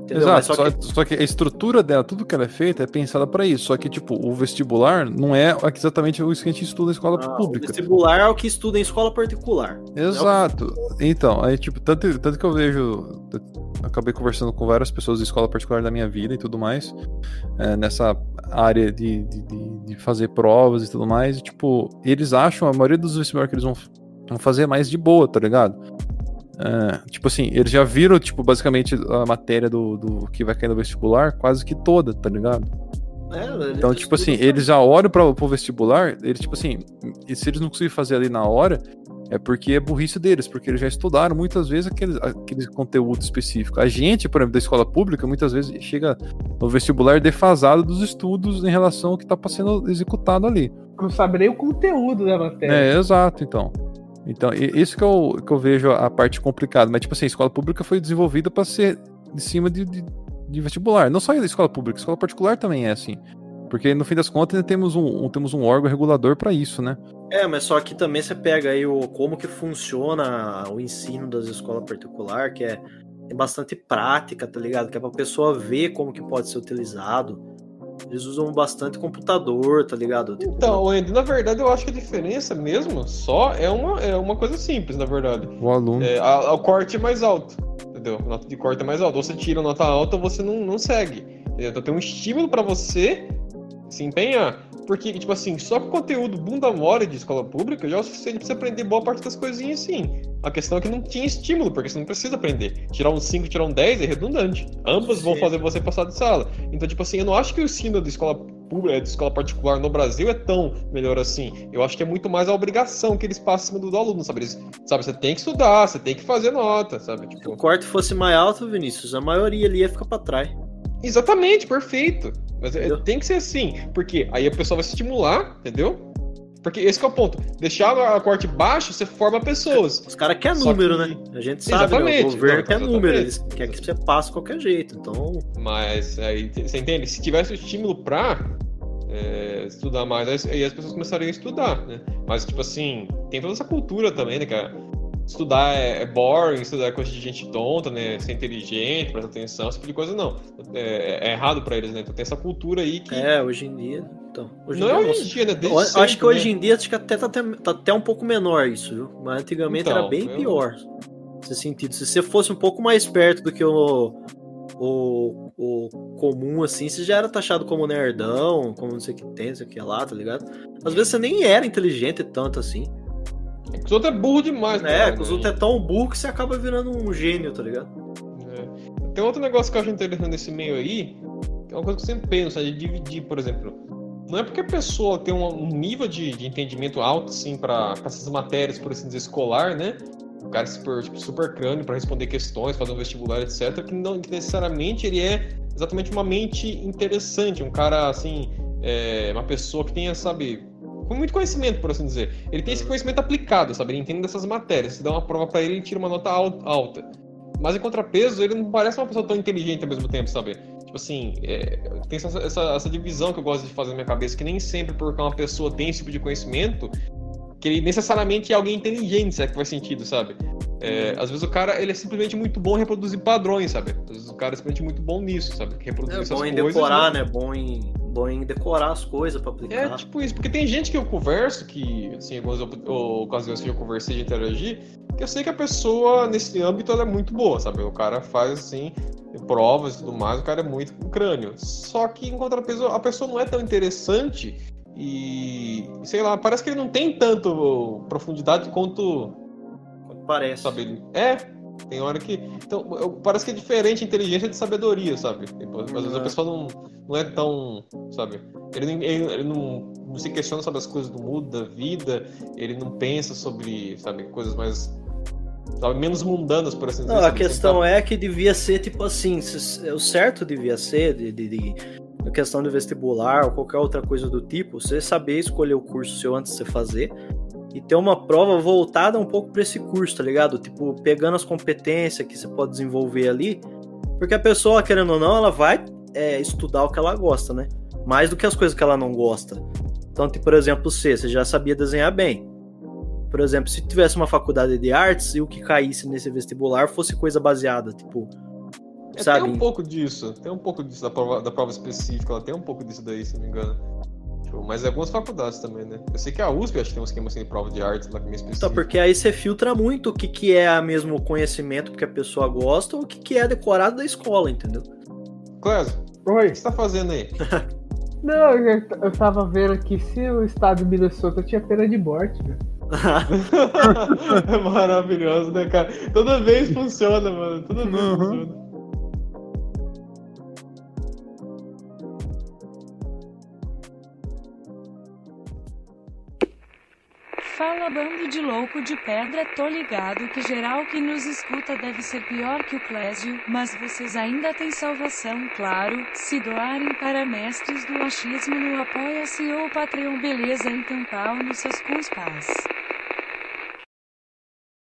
Entendeu? Exato, Mas só, só que... só que a estrutura dela, tudo que ela é feita é pensada pra isso. Só que, tipo, o vestibular não é exatamente o que a gente estuda na escola Ah, pública. o vestibular é o que estuda em escola particular. Exato. Então, aí, tipo, tanto, tanto que eu vejo. Acabei conversando com várias pessoas de escola particular da minha vida e tudo mais, é, nessa área de, de, de, de fazer provas e tudo mais. E, tipo, eles acham, a maioria dos vestibulares que eles vão, vão fazer é mais de boa, tá ligado? É, tipo assim, eles já viram, tipo, basicamente a matéria do, do que vai cair no vestibular quase que toda, tá ligado? É, então, tipo assim, eles já olham pra, pro vestibular, eles, tipo assim, e se eles não conseguirem fazer ali na hora, é porque é burrice deles, porque eles já estudaram muitas vezes aquele, aquele conteúdo específico. A gente, por exemplo, da escola pública, muitas vezes chega no vestibular defasado dos estudos em relação ao que tá sendo executado ali. Não sabe nem o conteúdo da matéria. É, exato, então. Então, isso que eu, que eu vejo a parte complicada. Mas, tipo assim, a escola pública foi desenvolvida para ser de cima de, de, de vestibular. Não só a escola pública, a escola particular também é assim. Porque, no fim das contas, temos um, um, temos um órgão regulador para isso, né? É, mas só que também você pega aí o, como que funciona o ensino das escolas particulares, que é, é bastante prática, tá ligado? Que é pra pessoa ver como que pode ser utilizado. Eles usam bastante computador, tá ligado? Tipo, então, Andy, na verdade, eu acho que a diferença mesmo só é uma, é uma coisa simples, na verdade. O aluno. É, a, a, o corte é mais alto, entendeu? A nota de corte é mais alta. Ou você tira a nota alta ou você não, não segue. Entendeu? Então tem um estímulo pra você se empenhar. Porque, tipo assim, só com conteúdo bunda mole de escola pública já é o suficiente pra você aprender boa parte das coisinhas, sim. A questão é que não tinha estímulo, porque você não precisa aprender. Tirar um cinco, tirar um dez é redundante. Ambas sim. vão fazer você passar de sala. Então, tipo assim, eu não acho que o ensino de escola pública, de escola particular no Brasil é tão melhor assim. Eu acho que é muito mais a obrigação que eles passam em cima do aluno, sabe? Eles, sabe, você tem que estudar, você tem que fazer nota, sabe? Tipo... Se o corte fosse mais alto, Vinícius, a maioria ali ia ficar pra trás. Exatamente, perfeito. Mas é, tem que ser assim, porque aí a pessoa vai se estimular, entendeu? Porque esse que é o ponto. Deixar a corte baixo, você forma pessoas. Os caras querem número, que... né? A gente sabe, né? O governo quer número, eles querem que você passe de qualquer jeito, então... Mas aí, você entende? Se tivesse o estímulo pra é, estudar mais, aí as pessoas começariam a estudar, né? Mas, tipo assim, tem toda essa cultura também, né, cara? Estudar é boring, estudar é coisa de gente tonta, né? Ser inteligente, prestar atenção, esse tipo de coisa não. É, é errado pra eles, né? Então tem essa cultura aí que... É, hoje em dia... Então, hoje não em é dia, hoje em dia, né? Desde eu sempre, acho que hoje né? em dia acho que até tá, tá até um pouco menor isso, viu? Mas antigamente então, era bem eu... pior. Nesse sentido. Se você fosse um pouco mais perto do que o, o, o comum, assim, você já era taxado como nerdão, como não sei o que tem, não sei o que lá, tá ligado? Às vezes você nem era inteligente tanto assim. É que os outros é burro demais, né? É, que né? os outros é tão burro que você acaba virando um gênio, tá ligado? É. Tem outro negócio que eu acho interessante nesse meio aí, que é uma coisa que eu sempre penso, de dividir, por exemplo. Não é porque a pessoa tem um nível de, de entendimento alto, assim, para essas matérias, por assim dizer, escolar, né? O cara é super, tipo, super crânio para responder questões, fazer um vestibular, etcétera, que não que necessariamente ele é exatamente uma mente interessante, um cara, assim, é, uma pessoa que tenha, sabe... com muito conhecimento, por assim dizer. Ele tem esse conhecimento aplicado, sabe? Ele entende dessas matérias. Se dá uma prova pra ele, ele tira uma nota alta. Mas, em contrapeso, ele não parece uma pessoa tão inteligente ao mesmo tempo, sabe? Tipo assim, é, tem essa, essa, essa divisão que eu gosto de fazer na minha cabeça, que nem sempre porque uma pessoa tem esse tipo de conhecimento, que ele necessariamente é alguém inteligente, se é que faz sentido, sabe? É, às vezes o cara, ele é simplesmente muito bom em reproduzir padrões, sabe? Às vezes o cara é simplesmente muito bom nisso, sabe? Reproduzir é essas bom em coisas, decorar, né? né? Bom em, bom em decorar as coisas pra aplicar. É, tipo isso, porque tem gente que eu converso, que, assim, algumas ocasiões que eu conversei de interagir, que eu sei que a pessoa, nesse âmbito, ela é muito boa, sabe? O cara faz, assim, provas e tudo mais, o cara é muito com crânio. Só que, em contrapeso, a pessoa não é tão interessante e, sei lá, parece que ele não tem tanto profundidade quanto... quanto parece. Sabe? É, tem hora que... Então, eu, parece que é diferente a inteligência de sabedoria, sabe? Tipo, às vezes a pessoa não, não é tão, sabe? Ele, ele, ele não, não se questiona sobre as coisas do mundo, da vida, ele não pensa sobre, sabe, coisas mais... sabe, menos mundanas, por assim dizer. Não, a sabe? questão Tá... é que devia ser, tipo assim, o certo devia ser, de, de, de, na questão de vestibular ou qualquer outra coisa do tipo, você saber escolher o curso seu antes de você fazer e ter uma prova voltada um pouco para esse curso, tá ligado? Tipo, pegando as competências que você pode desenvolver ali, porque a pessoa, querendo ou não, ela vai é, estudar o que ela gosta, né? Mais do que as coisas que ela não gosta. Então, tipo, por exemplo, você, você já sabia desenhar bem. Por exemplo, se tivesse uma faculdade de artes e o que caísse nesse vestibular fosse coisa baseada, tipo, É, sabe? tem um pouco disso, tem um pouco disso da prova, da prova específica, ela tem um pouco disso daí, se não me engano. Tipo, mas é algumas faculdades também, né? Eu sei que a U S P acho que tem um esquema assim de prova de artes lá que é meio específico. Então, porque aí você filtra muito o que, que é mesmo conhecimento porque a pessoa gosta ou o que, que é decorado da escola, entendeu? Clésio, Oi. o que você tá fazendo aí? Não, eu, eu tava vendo que se o estado de Minnesota tinha pena de morte, velho. É maravilhoso, né, cara? Toda vez funciona, mano. Toda vez Uhum. funciona. Fala, bando de louco de pedra, tô ligado que geral que nos escuta deve ser pior que o Clésio, mas vocês ainda têm salvação, claro, se doarem para mestres do achismo no Apoia-se ou Patreon, beleza? Então pau nos seus cuspas.